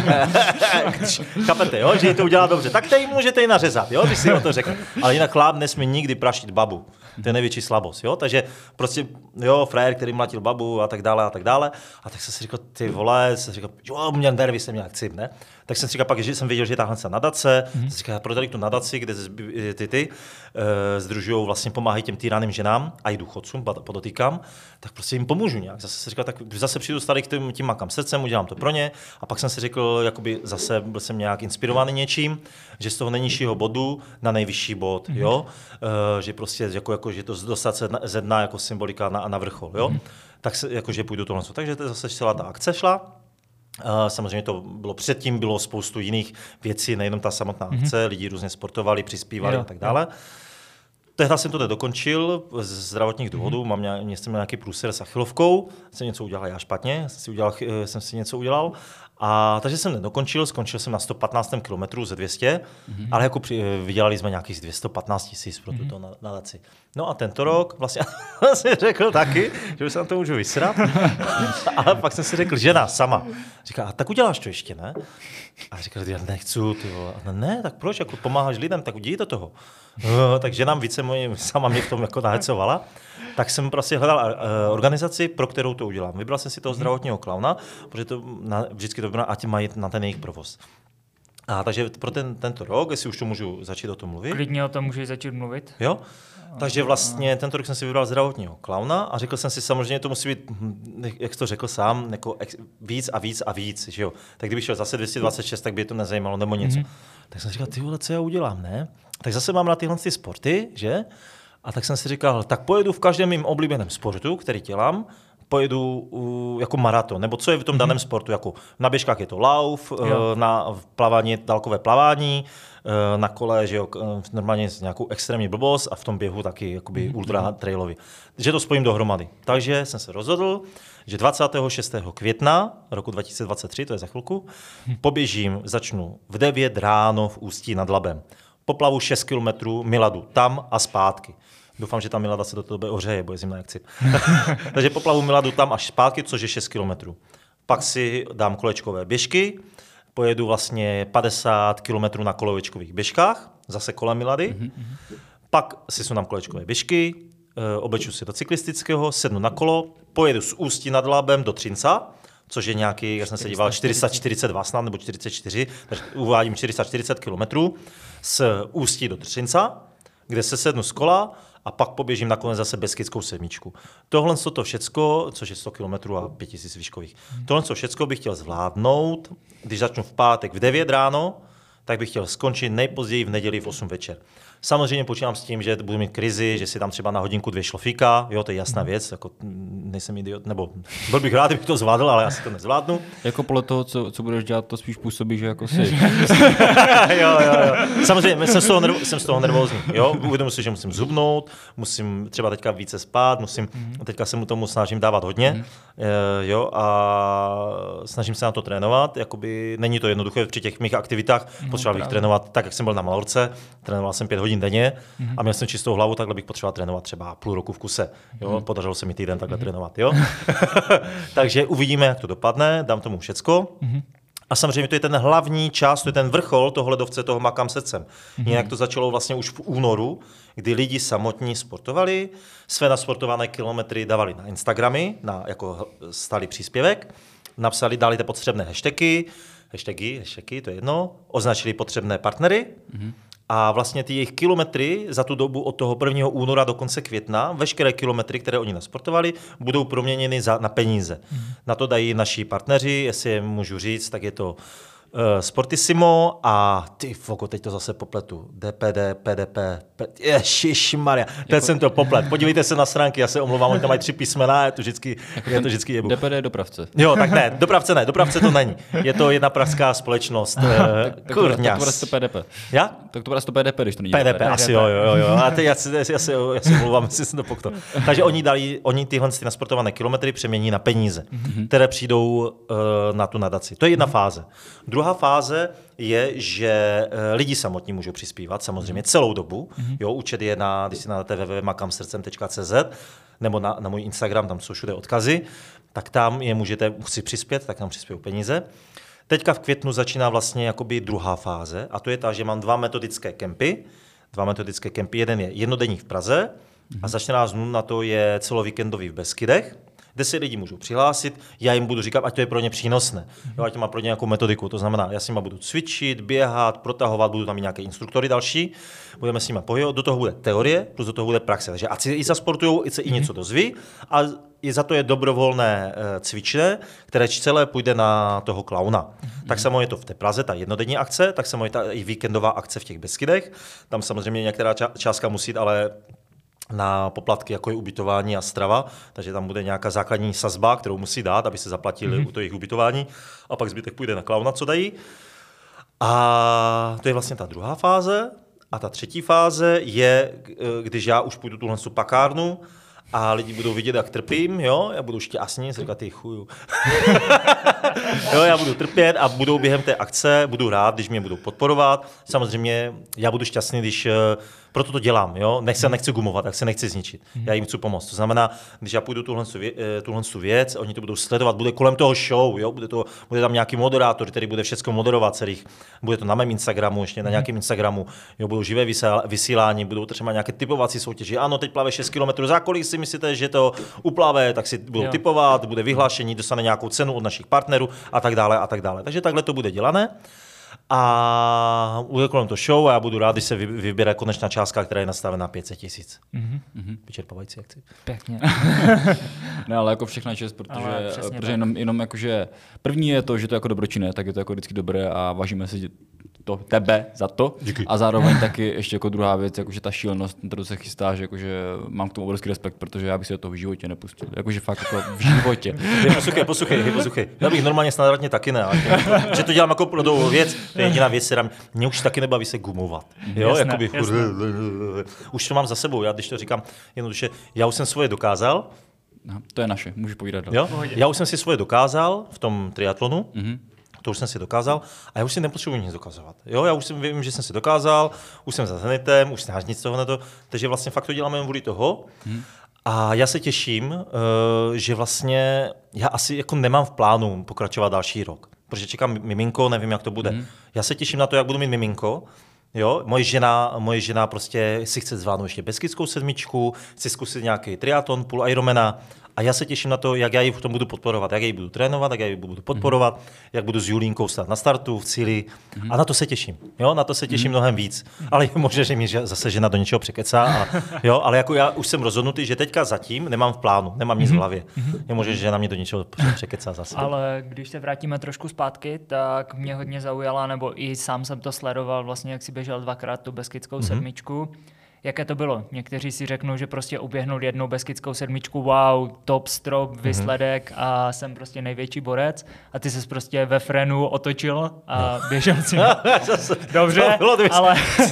Chápete, jo? Že jí to udělá dobře, tak tady můžete ji nařezat, jo? Když si o to řekne. Ale jinak chlap nesmí nikdy praštit babu. To je největší slabost, jo? Takže prostě, jo, frajer, který mlatil babu a tak dále. A tak jsem si říkal, ty vole, jo, mě nervy jsem nějak cip, ne? Tak jsem si říkal pak, že jsem věděl, že je tahle nadace, jsem si říkal, prodali tu nadaci, kde ty sdružují, vlastně pomáhají těm týraným ženám a i důchodcům, podotýkám, tak prostě jim pomůžu nějak. Zase si říkal, tak zase přijdu tady k tím makám srdcem, udělám to pro ně. A pak jsem si řekl, jakoby zase byl jsem nějak inspirovaný něčím, že z toho nejnižšího bodu na nejvyšší bod, jo? Že prostě jako že to dostat se ze dna jako symbolika na vrchol, jo? Tak se, jakože půjdu tohle. Takže to zase celá ta akce šla. Samozřejmě to bylo předtím, bylo spoustu jiných věcí, nejenom ta samotná akce, lidi různě sportovali, přispívali a tak dále. Tehdy jsem to nedokončil z zdravotních důvodů, jsem měl nějaký průser s achilovkou, jsem něco udělal já špatně, jsem si něco udělal. Takže jsem nedokončil, skončil jsem na 115 kilometru ze 200, ale jako vydělali jsme nějakých 215 000 pro tuto nadaci. No a tento rok vlastně jsem řekl taky, že už se na to můžu vysrat, ale pak jsem si řekl, žena sama. Říká, a tak uděláš to ještě, ne? A říkal, já nechci, ty vole. Ne, tak proč, jako pomáháš lidem, tak udělej do toho. Tak žena sama mě v tom jako nahecovala. Tak jsem prostě hledal organizaci, pro kterou to udělám. Vybral jsem si toho zdravotního klauna, protože to vždycky to bylo, ať mají na ten jejich provoz. Takže pro tento rok, jestli už to můžu začít o tom mluvit. Klidně o tom můžeš začít mluvit. Jo? Takže vlastně tento rok jsem si vybral zdravotního klauna a řekl jsem si samozřejmě, to musí být, jak to řekl sám, jako víc, že jo. Tak kdybych šel zase 226, tak by to nezajímalo nebo něco. Tak jsem říkal, ty vole, co já udělám, ne? Tak zase mám na tyhle sporty, že? A tak jsem si říkal, tak pojedu v každém mým oblíbeném sportu, který dělám, pojedu jako maraton, nebo co je v tom daném sportu, jako na běžkách je to lauf, na plavání dálkové plavání, na kole, že jo, normálně nějakou extrémní blbost a v tom běhu taky jakoby ultra trailový. Že to spojím dohromady. Takže jsem se rozhodl, že 26. května roku 2023, to je za chvilku, začnu v 9 ráno v Ústí nad Labem. Poplavu 6 kilometrů Miladu tam a zpátky. Doufám, že ta Milada se do toho ohřeje, bo je zimná jak cip. Takže poplavu Miladu tam až zpátky, což je 6 kilometrů. Pak si dám kolečkové běžky, pojedu vlastně 50 kilometrů na kolečkových běžkách, zase kolem Milady. Pak si sundám kolečkové běžky, obleču si do cyklistického, sednu na kolo, pojedu z Ústí nad Labem do Třinca, což je nějaký, já jsem se díval, 442 snad, nebo 44, takže uvádím 440 kilometrů z Ústí do Třinca, kde se sednu z kola a pak poběžím nakonec zase Beskidskou sedmičku. Tohle to všecko, což je 100 km a 5000 výškových. Tohle všecko bych chtěl zvládnout, když začnu v pátek v 9 ráno, tak bych chtěl skončit nejpozději v neděli v 8 večer. Samozřejmě počítám s tím, že budu mít krizi, že si tam třeba na hodinku 2 šlofíka, jo, to je jasná věc, jako nejsem idiot, nebo byl bych rád, kdybych to zvládl, ale já si to nezvládnu. Jako podle toho, co budeš dělat, to spíš působí, že jako si... jo. Samozřejmě, jsem z toho nervózní, jo, uvědomuji si, že musím zhubnout, musím třeba teďka více spát, teďka se mu tomu snažím dávat hodně, jo, a snažím se na to trénovat, jakoby není to jednoduché při těch mých aktivitách, potřeboval bych trénovat tak, jak jsem byl na Malorce, trénoval jsem 5 hodin denně a měl jsem čistou hlavu, takhle bych potřeboval trénovat třeba půl roku v kuse. Jo? Podařilo se mi týden takhle trénovat. Jo? Takže uvidíme, jak to dopadne, dám tomu všecko. A samozřejmě to je ten hlavní čas, to je ten vrchol toho ledovce, toho makám srdcem. Jinak to začalo vlastně už v únoru, kdy lidi samotní sportovali, své nasportované kilometry dávali na Instagramy, jako stálý příspěvek, napsali, dali ty potřebné hashtagy, to je jedno, označili potřebné partnery, a vlastně ty jejich kilometry za tu dobu od toho 1. února do konce května, veškeré kilometry, které oni nasportovali, budou proměněny na peníze. Na to dají naši partneři, jestli je můžu říct, tak je to Sportissimo a ty foko, teď to zase popletu. DPD, PDP, ježišmarja, teď jsem to poplet. Podívejte se na stránky, já se omlouvám, oni tam mají 3 písmena, je to vždycky jebu. DPD je dopravce. Jo, tak ne, dopravce to není. Je to jedna pražská společnost. Tak to bude to PDP. Já? Tak to bude to PDP, když to není PDP, asi jo. A teď já se omlouvám, jestli jsem to pokto. Takže oni tyhle nasportované kilometry přemění na peníze, které přijdou na tu nadaci. To je jedna fáze. Druhá fáze je, že lidi samotní můžou přispívat, samozřejmě celou dobu. Jo, účet je když si nadáte www.makamsrdcem.cz nebo na můj Instagram, tam jsou všude odkazy, tak tam je můžete si přispět, tak tam přispějou peníze. Teďka v květnu začíná vlastně jakoby druhá fáze a to je ta, že mám 2 metodické kempy. Jeden je jednodenní v Praze a za 14 dnů na to je celovíkendový v Beskydech, kde se lidi můžou přihlásit, já jim budu říkat, ať to je pro ně přínosné. Jo, ať má pro ně nějakou metodiku, to znamená, já s nimi budu cvičit, běhat, protahovat, budu tam mít nějaké instruktory další, budeme s nimi pohybovat, do toho bude teorie, plus do toho bude praxe. Takže ať si i zasportujou, ať se i něco dozví, a i za to je dobrovolné cvičné, které celé půjde na toho klauna. Tak samo je to v té Praze, ta jednodenní akce, tak samo je ta i víkendová akce v těch Beskydech. Tam samozřejmě některá částka musí, ale na poplatky, jako je ubytování a strava, takže tam bude nějaká základní sazba, kterou musí dát, aby se zaplatili u toho jejich ubytování, a pak zbytek půjde na klauna, co dají. A to je vlastně ta druhá fáze. A ta třetí fáze je, když já už půjdu tuhle pakárnu a lidi budou vidět, jak trpím, jo, já budu šťastný, si říkat, ty chuju. Jo, já budu trpět a budou během té akce, budu rád, když mě budou podporovat. Samozřejmě já budu šťastný, když proto to dělám, jo. Nechci gumovat, tak se nechci zničit. Já jim chci pomoct. To znamená, když já půjdu tuhle věc, oni to budou sledovat, bude kolem toho show, jo, bude tam nějaký moderátor, který bude všechno moderovat bude to na mém Instagramu, ještě na nějakém Instagramu, jo, budou živé vysílání, budou třeba nějaké typovací soutěže. Ano, teď plave 6 km, za kolik si myslíte, že to uplave, tak si budou typovat, bude vyhlášení, dostane nějakou cenu od našich partnerů a tak dále a tak dále. Takže takhle to bude dělané. A bude kolem to show a já budu rád, když se vybere konečná částka, která je nastavená 500 000. Vyčerpávající akci. Pěkně. Ne, ale jako všechna čest, protože jenom jakože první je to, že to jako dobročinné, tak je to jako vždycky dobré a vážíme si tebe za to. Díky. A zároveň taky ještě jako druhá věc, jakože ta šílenost, kterou se chystáš, jakože mám k tomu obrovský respekt, protože já bych si do toho v životě nepustil. Jakože fakt jako v životě. Poslouchej. Já bych normálně standardně taky ne. Že to dělám jako pro druhou věc, to je jediná věc, která mě už taky nebaví se gumovat. Jo, jakoby, už to mám za sebou, já když to říkám jednoduše, já už jsem svoje dokázal. Aha, to je naše, můžeš povídat. Jo? Já už jsem si svoje dokázal v tom triatlonu. To už jsem si dokázal a já už si nepotřebuji nic dokazovat. Jo, já už vím, že jsem si dokázal, už jsem za Zenitem, už nemáš nic toho na to, takže vlastně fakt to děláme jen kvůli toho. A já se těším, že vlastně já asi jako nemám v plánu pokračovat další rok, protože čekám miminko, nevím, jak to bude. Já se těším na to, jak budu mít miminko. Jo, moje žena prostě si chce zvládnout ještě Beskidskou 7, chce zkusit nějaký triatlon, půl Ironmana a já se těším na to, jak já ji v tom budu podporovat, jak ji budu trénovat, jak já ji budu podporovat, jak budu s Julínkou stát na startu, v cíli a na to se těším. Jo, na to se těším mnohem víc, ale je možné, že mi zase žena do něčeho překecá, jo, ale jako já už jsem rozhodnutý, že teďka zatím nemám v plánu, nemám nic v hlavě. Je možné, že žena mě do něčeho překecá zase. Ale když se vrátíme trošku zpátky, tak mě hodně zaujala, nebo i sám jsem to sledoval, vlastně jak si běžel 2krát tu Beskidskou 7. Jaké to bylo? Někteří si řeknou, že prostě uběhnul jednou Beskidskou 7, wow, top strop, výsledek a jsem prostě největší borec a ty ses prostě ve frenu otočil a běžel si. Dobře, ale...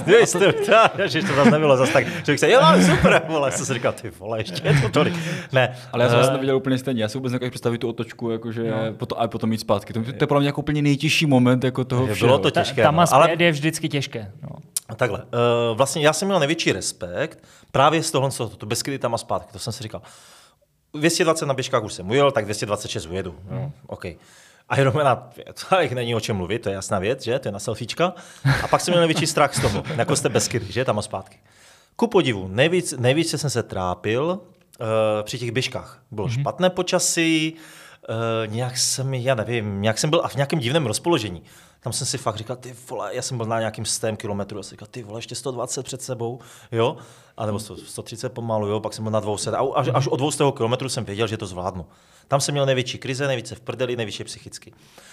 Že to zase nebylo zase tak, člověk se, jo, super, vole, jsem si říkal, ty vole, ještě je to tolik. Ne. Ale já jsem vlastně neviděl úplně stejně, já si vůbec nekážu představit tu otočku, jakože potom jít zpátky. To je pro mě jako úplně nejtěžší moment jako toho všeho. Bylo to těžké. Tam a zpět je vždycky těžké. No. Takhle, vlastně já jsem měl největší respekt právě z tohle, to Beskydy tam a zpátky, to jsem si říkal. 220 na běžkách už jsem ujel, tak 226 ujedu. OK. Ironmana, to není o čem mluvit, to je jasná věc, že? To je na selfiečka. A pak jsem měl největší strach z toho, jako jste Beskydy, že? Tam a zpátky. Ku podivu, nejvíc jsem se trápil při těch běžkách. Bylo špatné počasí, nějak jsem byl v nějakém divném rozpoložení. Tam jsem si fakt říkal, ty vole, já jsem byl na nějakým 100 kilometrů a jsem říkal, ty vole, ještě 120 před sebou, jo, a nebo 130 pomalu, jo, pak jsem byl na 200 a až od 200 kilometrů jsem věděl, že to zvládnu. Tam jsem měl největší krize, nejvíce v prdeli, nejvíce psychicky.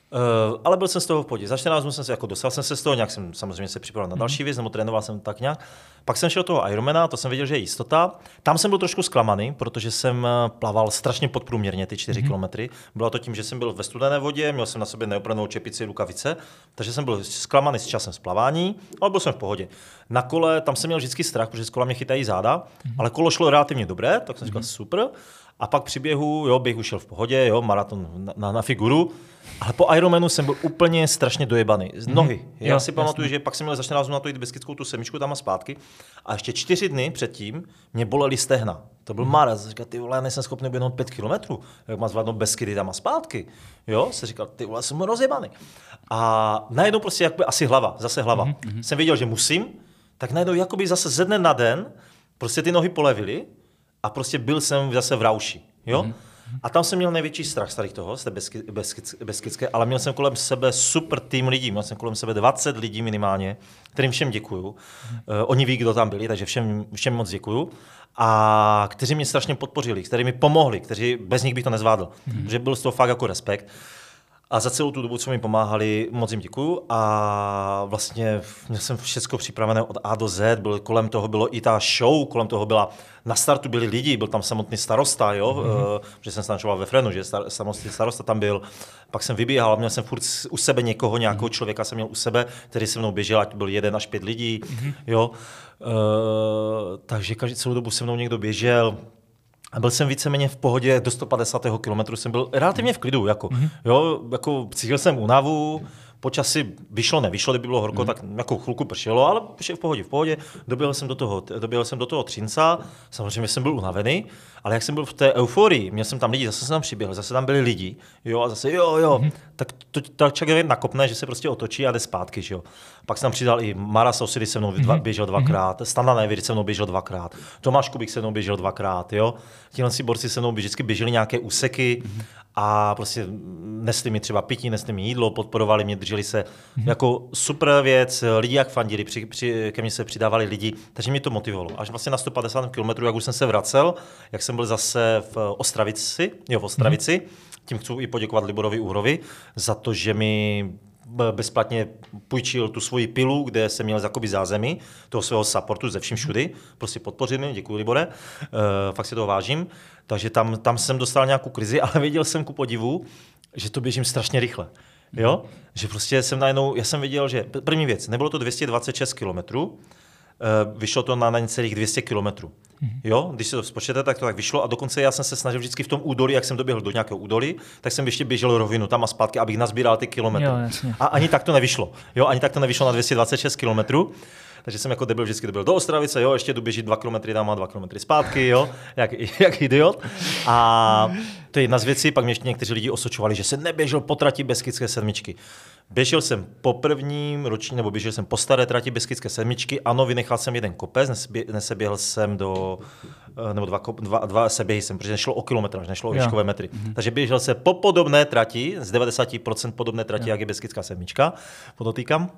Ale byl jsem z toho v pohodě. Za 14 dnů jsem se jako dostal jsem se z toho, nějak jsem samozřejmě se připravil na další věc, nebo trénoval jsem tak nějak. Pak jsem šel do toho Ironmana, to jsem věděl, že je jistota. Tam jsem byl trošku zklamaný, protože jsem plaval strašně podprůměrně ty 4 kilometry. Bylo to tím, že jsem byl ve studené vodě, měl jsem na sobě neoprnou čepici, rukavice, takže jsem byl zklamaný s časem splavání, ale byl jsem v pohodě. Na kole tam jsem měl vždycky strach, protože z kola mě chytají záda, ale kolo šlo relativně dobré, tak jsem říkal super. A pak při běhu, běh už šel v pohodě, maraton na figuru, ale po Ironmanu jsem byl úplně strašně dojebaný. Z nohy. Já si pamatuju, že pak jsem měl za 14 dnů na to jít Beskidskou tu semičku tam a zpátky a ještě 4 dny předtím mě bolely stehna. To byl maraz. Říkal, ty vole, já nejsem schopný běhnout 5 kilometrů. Jak mám zvládnout Beskydy tam a zpátky. Se říkal, ty vole, jsem rozjebaný. A najednou prostě jakoby asi zase hlava. Jsem věděl, že musím, tak najednou jakoby zase ze dne na den prostě ty nohy polevily a prostě byl jsem zase v rauši. A tam jsem měl největší strach z toho, z té Beskydské, ale měl jsem kolem sebe super tým lidí, měl jsem kolem sebe 20 lidí minimálně, kterým všem děkuju. Oni ví, kdo tam byli, takže všem moc děkuju. A kteří mě strašně podpořili, kteří mi pomohli, kteří bez nich bych to nezvládl. Protože byl z toho fakt jako respekt. A za celou tu dobu, co mi pomáhali, moc jim děkuju. A vlastně měl jsem všechno připravené od A do Z, kolem toho bylo i ta show, kolem toho byla, na startu byli lidi, byl tam samotný starosta, že jsem stančoval ve Frenu, že samotný starosta tam byl. Pak jsem vybíhal, měl jsem furt u sebe nějakého člověka jsem měl u sebe, který se mnou běžel, ať byl 1 až 5 lidí, takže celou dobu se mnou někdo běžel. A byl jsem víceméně v pohodě, do 150. kilometru jsem byl relativně v klidu. Cítil jsem únavu, počasí vyšlo, nevyšlo, kdyby bylo horko, tak jako chvilku pršelo, ale v pohodě. Doběhl jsem do toho Třinca, samozřejmě jsem byl unavený, ale jak jsem byl v té euforii, měl jsem tam lidi, zase jsem tam přiběhl, zase tam byli lidi, a zase tak člověk nakopne, že se prostě otočí a jde zpátky, že jo. Pak jsem tam přidal i Mara Sosidy se mnou běžel 2krát, Standa Nevěř se mnou běžel 2krát, Tomáš Kubík se mnou běžel 2krát, Tihle si borci se mnou vždycky běželi nějaké úseky a prostě nesli mi třeba pití, nesli mi jídlo, podporovali mě, drželi se jako super věc, lidi jak fandili, ke mně se přidávali lidi, takže mě to motivovalo. Až vlastně na 150 km, jak už jsem se vracel, jak jsem byl zase v Ostravici, tím chci i poděkovat Liborovi Uhrovi za to, že mi bezplatně půjčil tu svoji pilu, kde jsem měl jakoby zázemí toho svého supportu ze vším všudy. Prostě podpořil mě, děkuji Libore, fakt si toho vážím. Takže tam jsem dostal nějakou krizi, ale věděl jsem ku podivu, že to běžím strašně rychle. Že prostě já jsem věděl, že první věc, nebylo to 226 kilometrů, vyšlo to na necelých 200 kilometrů. Když se to spočítáte, tak to tak vyšlo a dokonce já jsem se snažil vždycky v tom údolí, jak jsem doběhl do nějakého údolí, tak jsem ještě běžel rovinu tam a zpátky, abych nazbíral ty kilometry. A ani tak to nevyšlo. Ani tak to nevyšlo na 226 kilometrů. Takže jsem jako debil vždycky dobil do Ostravice, ještě jdu běžit 2 kilometry tam a 2 kilometry zpátky, jak idiot. A to je jedna z věcí, pak mě ještě někteří lidi osočovali, že jsem neběžel po trati Beskydské sedmičky. Běžel jsem po prvním ročním, nebo běžel jsem po staré trati Beskydské sedmičky, ano, vynechal jsem jeden kopec, neseběhl jsem nebo dva seběhy jsem, protože nešlo o kilometráž, nešlo o výškové metry. Takže běžel jsem po podobné trati, z 90% podobné trati, jak je Beskidská sedmička, podotýkám.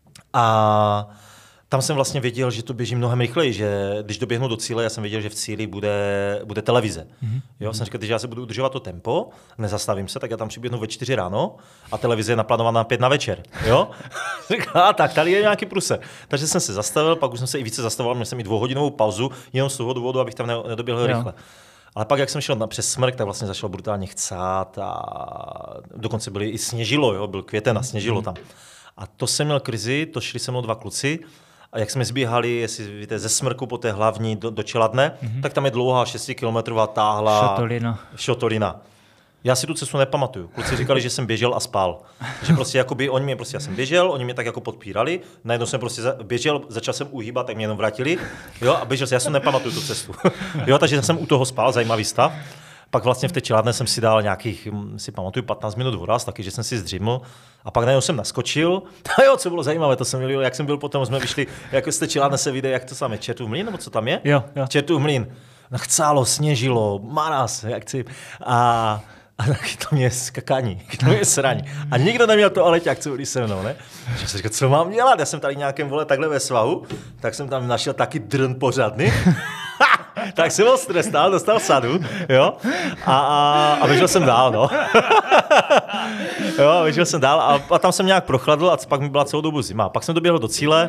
A tam jsem vlastně věděl, že to běží mnohem rychleji, že když doběhnu do cíle, já jsem věděl, že v cíli bude televize. Jsem říkal, že já se budu udržovat to tempo, nezastavím se, tak já tam přiběhnu ve 4 ráno a televize je naplánovaná na 5 na večer. Říkal, tak tady je nějaký průser. Takže jsem se zastavil, pak už jsem se i více zastavoval, měl jsem i 2hodinovou pauzu, jenom z toho důvodu, abych tam nedoběhl rychle. Ale pak, jak jsem šel přes smrk, tak vlastně začalo brutálně chcát a dokonce i sněžilo, byl květen a sněžilo tam. A to jsem měl krizi, to šli se mnou 2 kluci. A jak jsme zbíhali, jestli víte, ze Smrku po té hlavní do Čeladné, tak tam je dlouhá 6kilometrová táhla Šotolina. Já si tu cestu nepamatuju. Kluci říkali, že jsem běžel a spal. Že prostě jakoby já jsem běžel, oni mě tak jako podpírali, najednou jsem prostě běžel, začal jsem uhýbat, tak mě jenom vrátili. A běžel jsem, já si nepamatuju tu cestu. Takže jsem u toho spal, zajímavý stav. Pak vlastně v té Čeladné jsem si dal nějakých, si pamatuju, 15 minut voraz, taky, že jsem si zdříml. A pak najednou jsem naskočil. A co bylo zajímavé, to jsem viděl, jak jsem byl potom, jsme vyšli, jako z té Čeladné se vyjde, jak to tam je, Čertův mlýn, nebo co tam je? Čertův mlýn. Chcálo, sněžilo, maras, jak chci. A taky to mě skakání, to mě sraní. A nikdo neměl to aleťák, co byli se mnou, ne? Že jsem říkal, co mám dělat? Já jsem tady nějakém takhle ve svahu, tak jsem tam našel taky drn pořádný. Tak jsem ho strestal, dostal sadu, a běžel jsem dál, Jo, běžel jsem dál a tam jsem nějak prochladl a pak mi byla celou dobu zima. Pak jsem doběhl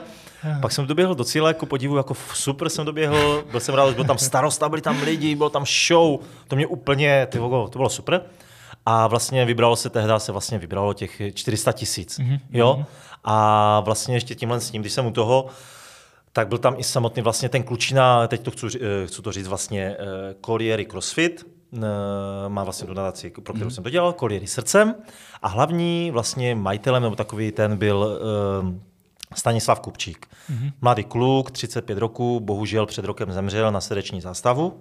do cíle, ku podivu, jako super jsem doběhl, byl jsem rád, byl tam starosta, byli tam lidi, bylo tam show, to mě úplně, to bylo super. A vlastně vybralo těch 400 000, jo. A vlastně ještě tímhle s tím, když jsem u toho, tak byl tam i samotný vlastně ten klučina, teď to chci to říct vlastně, Collieri CrossFit, má vlastně tu nadaci, pro kterou jsem to dělal, Collieri srdcem. A hlavní vlastně majitelem, nebo takový ten byl Stanislav Kupčík. Mladý kluk, 35 roků, bohužel před rokem zemřel na srdeční zástavu.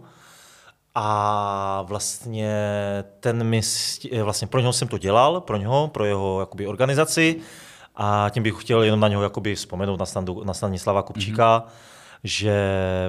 A vlastně pro něho jsem to dělal, pro jeho jakoby organizaci. A tím bych chtěl jenom na něho jakoby vzpomenout, na Stanislava Kupčíka, že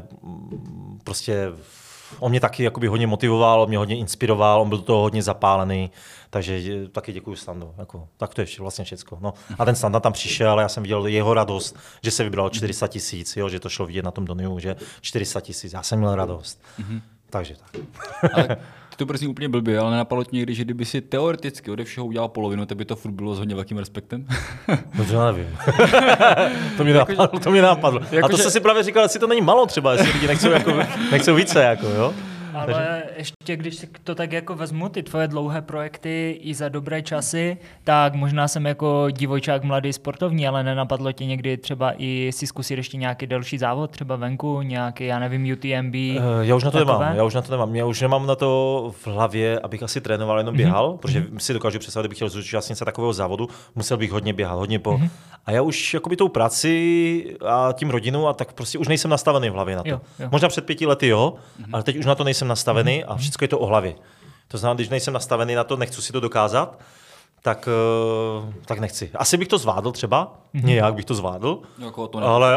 prostě on mě taky jakoby hodně motivoval, mě hodně inspiroval, on byl do toho hodně zapálený, takže taky děkuji Stando. Jako, tak to je vlastně všecko. No. A ten Standa tam přišel a já jsem viděl jeho radost, že se vybral 400 000, že to šlo vidět na tom Doniu, že 400 000, já jsem měl radost. Takže tak. Ale to prostě úplně blbě, ale nenapadlo ti někdy, že kdyby si teoreticky ode všeho udělal polovinu, tak by to furt bylo s hodně velkým respektem? No to já nevím. to mě napadlo. A to jsem si právě říkal, jestli to není málo třeba, jestli lidi nechcou více, jako, jo? Ale ještě když si to tak jako vezmu, ty tvoje dlouhé projekty i za dobré časy, tak možná jsem jako divojčák mladý sportovní, ale nenapadlo tě někdy třeba i si zkusit ještě nějaký delší závod, třeba venku, nějaký, já nevím, UTMB? Já už na to nemám. Já už nemám na to v hlavě, abych asi trénoval, jenom běhal, protože si dokážu představit, kdybych chtěl zúčastnit se takového závodu, musel bych hodně běhat, hodně A já už jakoby tou prací a tím rodinu a tak prostě už nejsem nastavený v hlavě na to. Jo. Možná před 5 lety ale teď už na to nejsem nastavený a všechno je to o hlavě. To znamená, když nejsem nastavený na to, nechci si to dokázat, tak nechci. Asi bych to zvládl třeba, nějak bych to zvládl, ale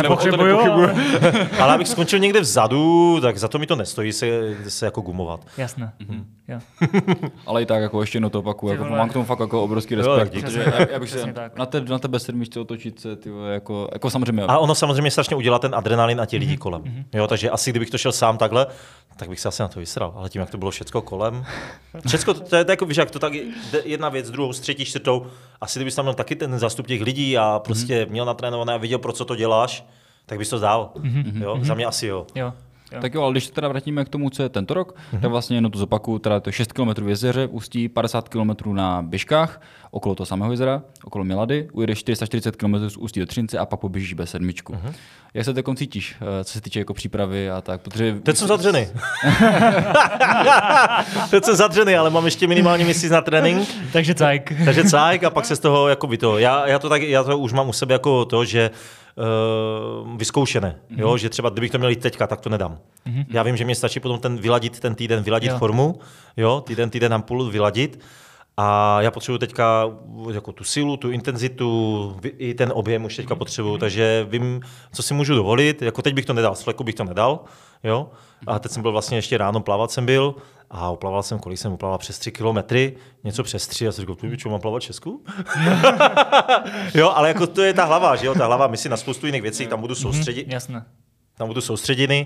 abych skončil někde vzadu, tak za to mi to nestojí se jako gumovat. Jasné. Jo. Ale i tak jako ještě jednou to opakuju, jako mám k tomu fakt jako obrovský respekt, protože já bych se na tebe sedmičce otočit se, jako samozřejmě. A ono samozřejmě strašně udělá ten adrenalin a ti lidi kolem. Jo, takže asi kdybych to šel sám takhle, tak bych se asi na to vysral, ale tím, jak to bylo všecko kolem. Všecko, to je jako, víš, jak to tak jedna věc, druhou, třetí, čtvrtou. Asi kdybys tam měl taky ten zástup těch lidí a prostě měl natrénované a viděl, pro co to děláš, tak bys to dál. Jo? Za mě asi jo. Tak jo, ale když se teda vrátíme k tomu, co je tento rok, tak vlastně jenom to zopakuju, teda to je 6 km v jezeře, Ústí 50 km na běžkách, okolo toho samého jezera, okolo Milady, ujedeš 440 km z Ústí do Třince a pak poběžíš B7. Jak se teď cítíš, co se týče jako přípravy a tak? Protože... Teď jsem zadřený. Ale mám ještě minimálně měsíc na trénink. Takže cajk a pak se z toho jako by to. Já to už mám u sebe jako to, že vyzkoušené, jo? Že třeba kdybych to měl jít teďka, tak to nedám. Já vím, že mě stačí potom ten týden vyladit formu, jo? týden a půl vyladit a já potřebuji teďka jako tu sílu, tu intenzitu, i ten objem už teďka potřebuju, takže vím, co si můžu dovolit, jako teď bych to nedal, z fleku bych to nedal, jo? A teď jsem byl vlastně ještě ráno, plavat jsem byl a uplaval jsem, kolik jsem uplaval, přes 3 kilometry, něco přes 3, já jsem říkal, čo, mám plavat Česku? Jo, ale jako to je ta hlava, že jo, ta hlava myslí na spoustu jiných věcí, tam budu soustředit. Jasné. Tam budu soustředěný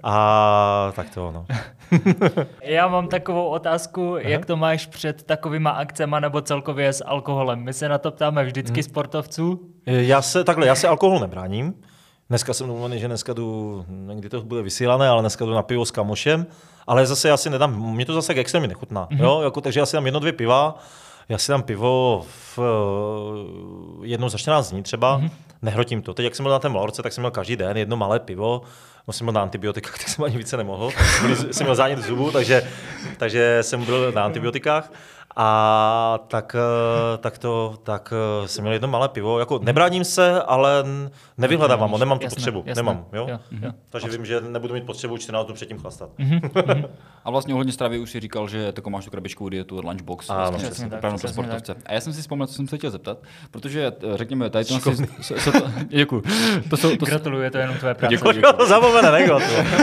a tak to ono. Já mám takovou otázku, jak to máš před takovýma akcema nebo celkově s alkoholem? My se na to ptáme vždycky sportovců. Já se alkohol nebráním. Dneska jsem domluvený, že dneska jdu, někdy to bude vysílané, ale dneska jdu na pivo s kamošem, ale zase já si nedám, mě to zase extrémně nechutná, jo? Jako, takže já si dám 1-2 piva, já si dám pivo jednou za 14 dní třeba, nehrotím to. Teď, jak jsem byl na té Malorce, tak jsem měl každý den jedno malé pivo, jsem byl na antibiotikách, tak jsem ani více nemohl. Jsem měl zánět zubů, takže jsem byl na antibiotikách. A tak jsem měl jedno malé pivo. Jako nebráním se, ale nevyhledávám ho, nemám tu potřebu. Nemám, jo? Takže vím, že nebudu mít potřebu 14 dnů předtím chlastat. A vlastně ohledně stravy už si říkal, že jako máš tu krabičkovou dietu od Lunchbox. Ano, přesně pro sportovce. A já jsem si vzpomněl, co jsem se chtěl zeptat, protože řekněme, tady to děkuju. Gratuluju, je to jenom tvoje práce. Děkuju, zapomene, nekdo.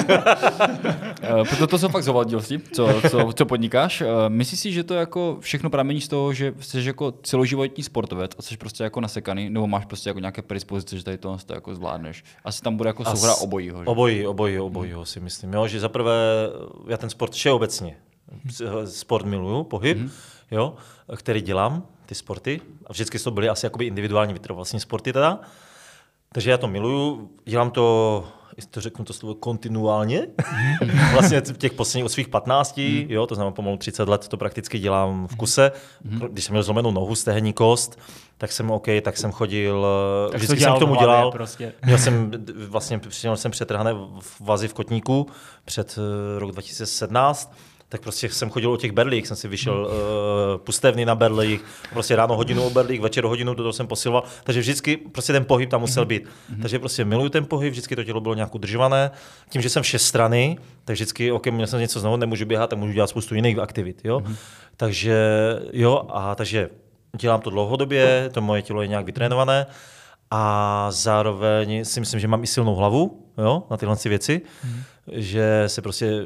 Proto to jsou fakt zhovadilství, co podnikáš. Myslíš si, že to jako všechno pramení z toho, že jsi jako celoživotní sportovec a jsi prostě jako nasekaný, nebo máš prostě jako nějaké predispozice, že tady to jako zvládneš? Asi tam bude jako souhra obojího. Že? Obojího si myslím, jo? Že zaprvé já ten sport všeobecně, sport miluju, pohyb, jo? Který dělám, ty sporty. A vždycky to byly asi jakoby individuální vytrvalostní sporty teda. Takže já to miluju, dělám to, jestli to řeknu to slovo, kontinuálně. Vlastně těch posledních od svých 15, jo, to znamená pomalu 30 let, to prakticky dělám v kuse. Když jsem měl zlomenou nohu, stehenní kost, tak jsem chodil, tak vždycky jsem k tomu hlavě, dělal. prostě. Měl jsem přetrhané vazy v kotníku před rok 2017. Tak prostě jsem chodil o těch berlích, jsem si vyšel pustevny na berlích, prostě ráno hodinu o berlích, večer hodinu, do toho jsem posiloval, takže vždycky prostě ten pohyb tam musel být. Takže prostě miluju ten pohyb, vždycky to tělo bylo nějak udržované. Tím, že jsem všestranný, tak vždycky, měl jsem něco znovu, nemůžu běhat, tak můžu dělat spoustu jiných aktivit, jo. Takže takže dělám to dlouhodobě, to moje tělo je nějak vytrénované a zároveň si myslím, že mám i silnou hlavu, jo, na tyhle věci, že se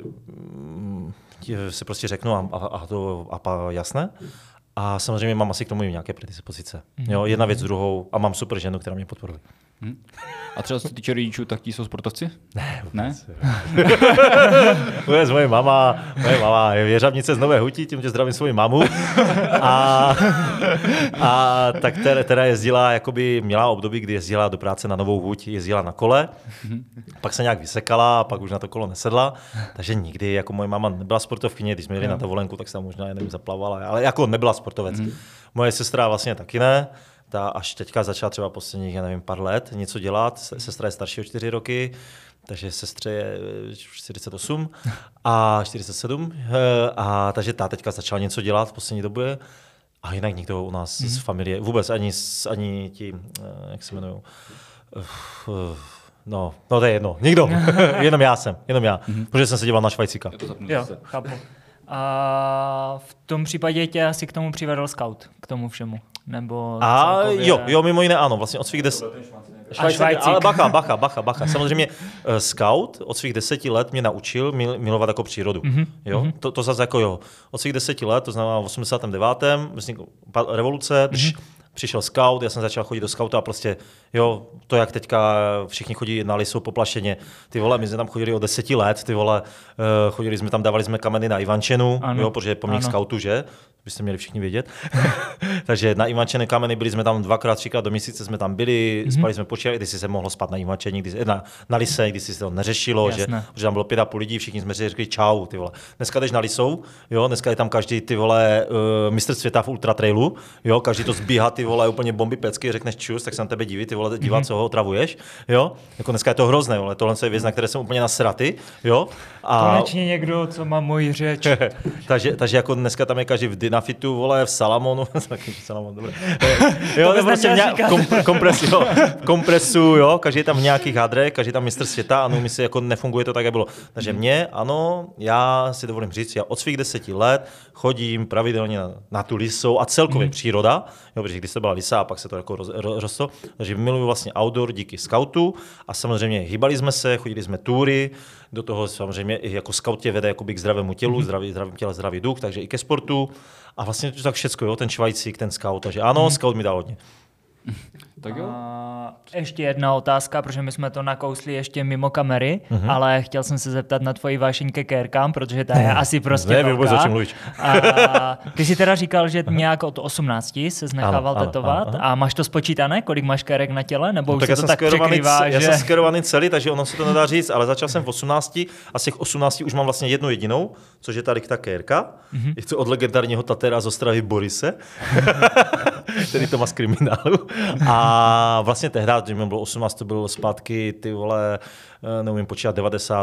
prostě řeknu a jasné. A samozřejmě mám asi k tomu i nějaké predispozice. Jo, jedna věc druhou a mám super ženu, která mě podporuje. A třeba co se týče rodičů, tak ti jsou sportovci? Ne? Vůbec moje mama je věřavnice z Nové Huti, tím, že zdravím svoji mamu. A tak teda jezdila, jakoby měla období, kdy jezdila do práce na Novou Huť, jezdila na kole, pak se nějak vysekala a pak už na to kolo nesedla, takže nikdy, jako moje máma nebyla sportovkyně, když jsme jeli na dovolenku, tak se tam možná nevím, zaplavala, ale jako nebyla sportovec. Moje sestra vlastně taky ne. Ta až teďka začala třeba posledních, pár let něco dělat. Sestra je starší o 4 roky, takže sestře je 48 a 47. Takže ta teďka začala něco dělat v poslední době. A jinak nikdo u nás z familie, vůbec ani ti, jak se jmenují, no to je jedno, nikdo, jenom já, protože jsem se díval na Švajcíka. Jo, chápu. A v tom případě tě asi k tomu přivedl scout, k tomu všemu? Nebo jo, mimo jiné ano, vlastně od svých 10... Ale bacha. Samozřejmě scout od svých 10 let mě naučil milovat jako přírodu. Jo? To zase jako jo. Od svých 10 let, to znamená v 89. revoluce, přišel scout, já jsem začal chodit do scoutu a prostě, jo, to jak teďka všichni chodí na Lisou poplašeně, ty vole, my jsme tam chodili od 10 let, ty vole, chodili jsme tam, dávali jsme kameny na Ivančenu, jo, protože je pomník scoutu, že? Byste měli všichni vědět. Takže na Ivančené kameny byli jsme tam 2x, 3x do měsíce jsme tam byli, spali jsme počívali, když si se mohlo spát na Ivančení, na Lise, když si to neřešilo, že tam bylo 5,5 lidí, všichni jsme si řekli čau, ty vole. Dneska jdeš na Lisou, jo, dneska je tam každý, ty vole, mistr světa v ultratrailu, jo, každý to zbíhá, ty vole, úplně bomby pecky, řekneš čus, tak se na tebe diví, ty vole, dívá, co ho otravuješ, jo. Jako dneska je to hrozné, vole, tohle je věc, na které jsem úplně nasraty, jo. A konečně někdo, co má moji řeč. takže jako dneska tam je každý v Dynafitu, vole, v Salamonu, Salamon, dobré. Jo, to prostě kompresu, jo, každý je tam v nějakých hadrech, každý je tam mistr světa a no, my si jako nefunguje to tak, jak bylo. Takže já si dovolím říct, já od svých 10 let chodím pravidelně na tu Lisou a celkově příroda, jo, protože když to byla Lisa a pak se to jako rostlo, takže miluju vlastně outdoor díky scoutu a samozřejmě hýbali jsme se, chodili jsme túry, do toho samozřejmě i jako scout tě vede jakoby k zdravému tělu, zdravý těle, zdravý duch, takže i ke sportu a vlastně to tak všecko, jo, ten Švajcík, ten scout, takže ano, scout mi dal hodně. Tak jo. Ještě jedna otázka, protože my jsme to nakousli ještě mimo kamery, ale chtěl jsem se zeptat na tvoji vášeň ke kérkám, protože ta je asi prostě velká. O čem mluvíš. Ty jsi teda říkal, že nějak od 18 se nechával tetovat a máš to spočítané, kolik máš kérek na těle, nebo už se to tak překrývá, že... Já jsem skerovaný celý, takže ono se to nedá říct, ale začal jsem v 18 a z těch 18 už mám vlastně jednu jedinou, což je tady ta kérka. Je to od legendárního Tatera z Ostravy Borise, který to má z kriminálu. A vlastně tehdy, když mi bylo 18, to bylo zpátky, ty vole, neumím počítat,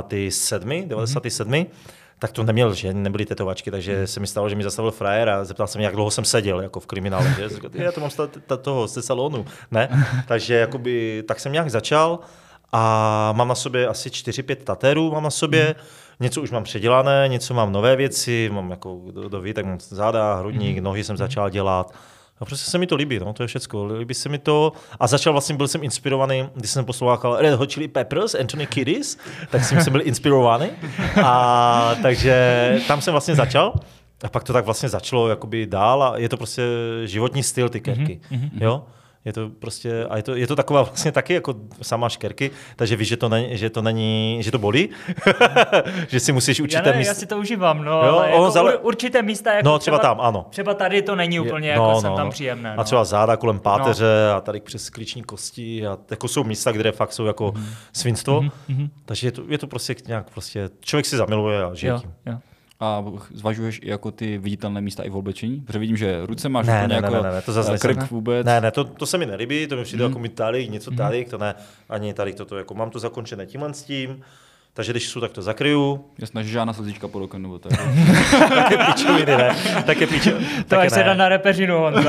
97, tak to neměl, že nebyly tetovačky, takže se mi stalo, že mi zastavil frajer a zeptal se mě, jak dlouho jsem seděl jako v kriminále. Já to mám toho ze salonu, ne? Takže jakoby, tak jsem nějak začal a mám na sobě asi 4-5 taterů, mám na sobě. Něco už mám předělané, něco mám nové věci, mám jako, kdo ví, tak mám záda, hrudník, nohy jsem začal dělat. A prostě se mi to líbí, no, to je všecko. Líbí se mi to. A byl jsem inspirovaný, když jsem poslouchal Red Hot Chili Peppers, Anthony Kiedis, tak jsem byl inspirovaný. A takže tam jsem vlastně začal. A pak to tak vlastně začalo jakoby dál a je to prostě životní styl ty kérky. Jo? Je to prostě, a je to taková vlastně taky jako sama škerky, takže víš, že to bolí, že si musíš určité místa. Já si to užívám, no, jo, ale jako určité místa, jako no, třeba tam, ano. Třeba tady to není úplně jako sem tam příjemné. No. A třeba záda kolem páteře a tady přes klíční kosti a jako jsou místa, kde fakt jsou jako svinstvo, takže je to prostě nějak prostě, člověk si zamiluje a žije tím. Jo. A zvažuješ i jako ty viditelné místa i v oblečení? Protože vidím, že ruce máš ne, to zase krk vůbec. Ne, to se mi nelíbí, to mi přijde jako mi tady, něco tady, to ne, ani tady toto, jako mám to zakončené tímhle s tím, takže když jsou, tak to zakryju. Jasně, že žádná slzička pod okem, nebo tak. Také pičoviny, ne. Také pičoviny. To až se dá na repeřinu, on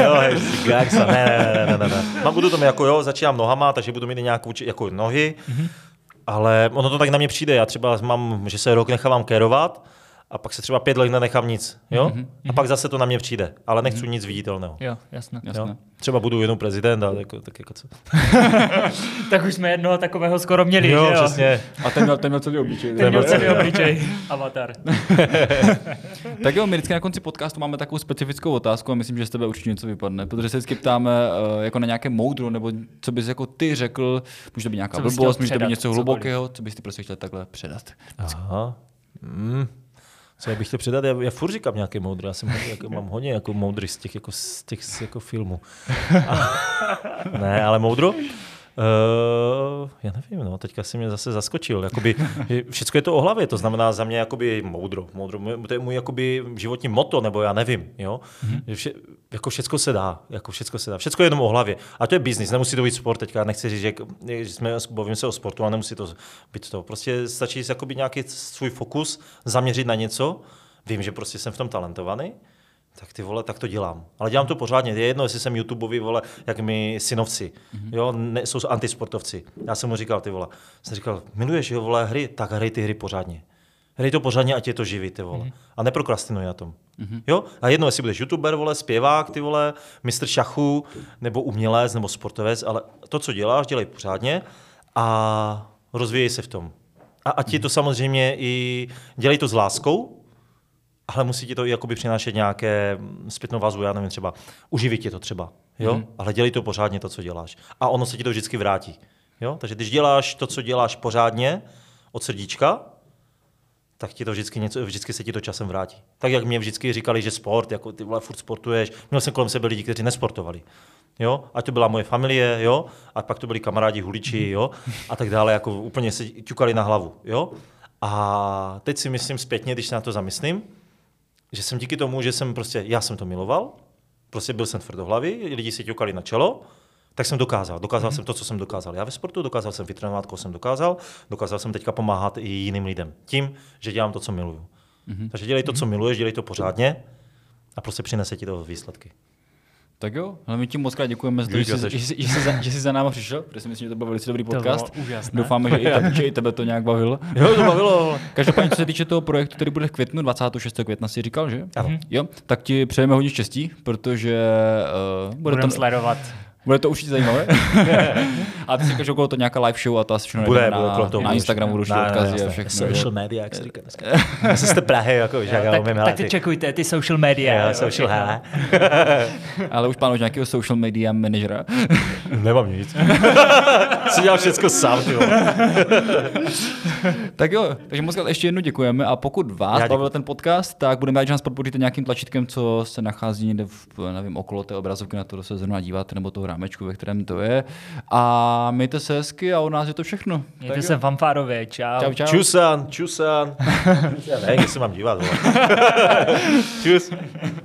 ne. Budu to jako, začínám nohama, takže budu mít nějakou jako nohy, ale ono to tak na mě přijde. Já třeba mám, že se rok nechávám kérovat, a pak se třeba 5 let nenechám nic, jo? A pak zase to na mě přijde, ale nechci nic viditelného. Jo, jasně. Jo? Třeba budu jenom prezident, ale tak jako co. Tak už jsme jednoho takového skoro měli, jo, že jo? Přesně. A ten měl celý obličej. Ten měl celý obličej. Avatar. Tak jo, my vždycky na konci podcastu máme takovou specifickou otázku a myslím, že z tebe určitě něco vypadne, protože se vždycky ptáme jako na nějaké moudro, nebo co bys jako ty řekl, může to být nějaká blbost, může to být něco hlubokého, co bys ty prostě chtěl takhle předat. Aha. Co já bych chtěl předat? Já furt říkám nějaké moudro, mám hodně jako moudry z těch filmů. Ne, ale moudro? Já nevím, no, teďka si mě zase zaskočil. Jakoby, všecko je to o hlavě, to znamená za mě jakoby moudro, to je můj jakoby životní motto, nebo já nevím, jo. Jako všecko se dá, všecko je jenom o hlavě. A to je biznis, nemusí to být sport, teďka nechci říct, že bavíme se o sportu, ale nemusí to být to. Prostě stačí jakoby nějaký svůj fokus zaměřit na něco, vím, že prostě jsem v tom talentovaný, tak ty vole, tak to dělám. Ale dělám to pořádně. Je jedno, jestli jsem YouTubeovi, vole, jak mi synovci. Jo, jsou antisportovci. Já jsem mu říkal, ty vole. Jsem říkal, miluješ, jo, vole, hry? Tak hrej ty hry pořádně. Hrej to pořádně, ať je to živý, ty vole. A neprokrastinuj na tom. Jo? A jedno, jestli budeš YouTuber, vole, zpěvák, ty vole, mistr šachu, nebo umělec, nebo sportovec, ale to, co děláš, dělej pořádně a rozvíjej se v tom. A ať je to samozřejmě i, dělej to s láskou, ale musí ti to i jakoby přinášet nějaké zpětnou vazbu, já nevím, třeba uživit tě to třeba, jo? Ale dělej to pořádně, to, co děláš. A ono se ti to vždycky vrátí, jo? Takže když děláš to, co děláš pořádně, od srdíčka, tak ti to vždycky se ti to časem vrátí. Tak jak mě vždycky říkali, že sport, jako ty vole, furt sportuješ, měl jsem kolem sebe lidi, kteří nesportovali. Jo? Ať to byla moje familie, jo? A pak to byli kamarádi huliči, jo? A tak dále, jako úplně se ťukali na hlavu, jo? A teď si myslím zpětně, když se na to zamyslím, že jsem díky tomu, že jsem prostě, já jsem to miloval, prostě byl jsem tvrdohlavý, lidi si ťukali na čelo, tak jsem dokázal jsem to, co jsem dokázal já ve sportu, dokázal jsem vytrénovat, koho jsem dokázal jsem teďka pomáhat i jiným lidem, tím, že dělám to, co miluju. Takže dělej to, co miluješ, dělej to pořádně a prostě přinese ti to výsledky. Tak jo, ale my ti moc krát děkujeme, že jsi za náma přišel, protože si myslím, že to byl velice dobrý podcast. Doufáme, že i tebe to nějak bavilo. Jo, to bavilo. Každopádně, co se týče toho projektu, který bude v květnu, 26. května si říkal, že? Ano. Jo, tak ti přejeme hodně štěstí, protože budeme sledovat. Bude to určitě zajímavé. A ty si říkáš, že okolo to nějaká live show a to asi všechno na Instagramu určitě odkazy a všechno. Social media, jak se říká dneska. Asi jste Prahy, jako víš, jak umím tak ty čekujte, ty social media. Social media. Ale už plánuješ nějakého social media manažera? Nemám nic. Jsi dělal všecko sám, ty Tak jo, takže moc krát ještě jednou děkujeme a pokud vás bavil ten podcast, tak budeme rádi, že nás podpoříte nějakým tlačítkem, co se nachází někde nevím, okolo té obrazovky, na to se zrovna díváte, nebo toho rámečku, ve kterém to je. A mějte se hezky a u nás je to všechno. Mějte se fanfárově, čau. Čau. Čusan. Já nevím, jestli mám dívat. Čus.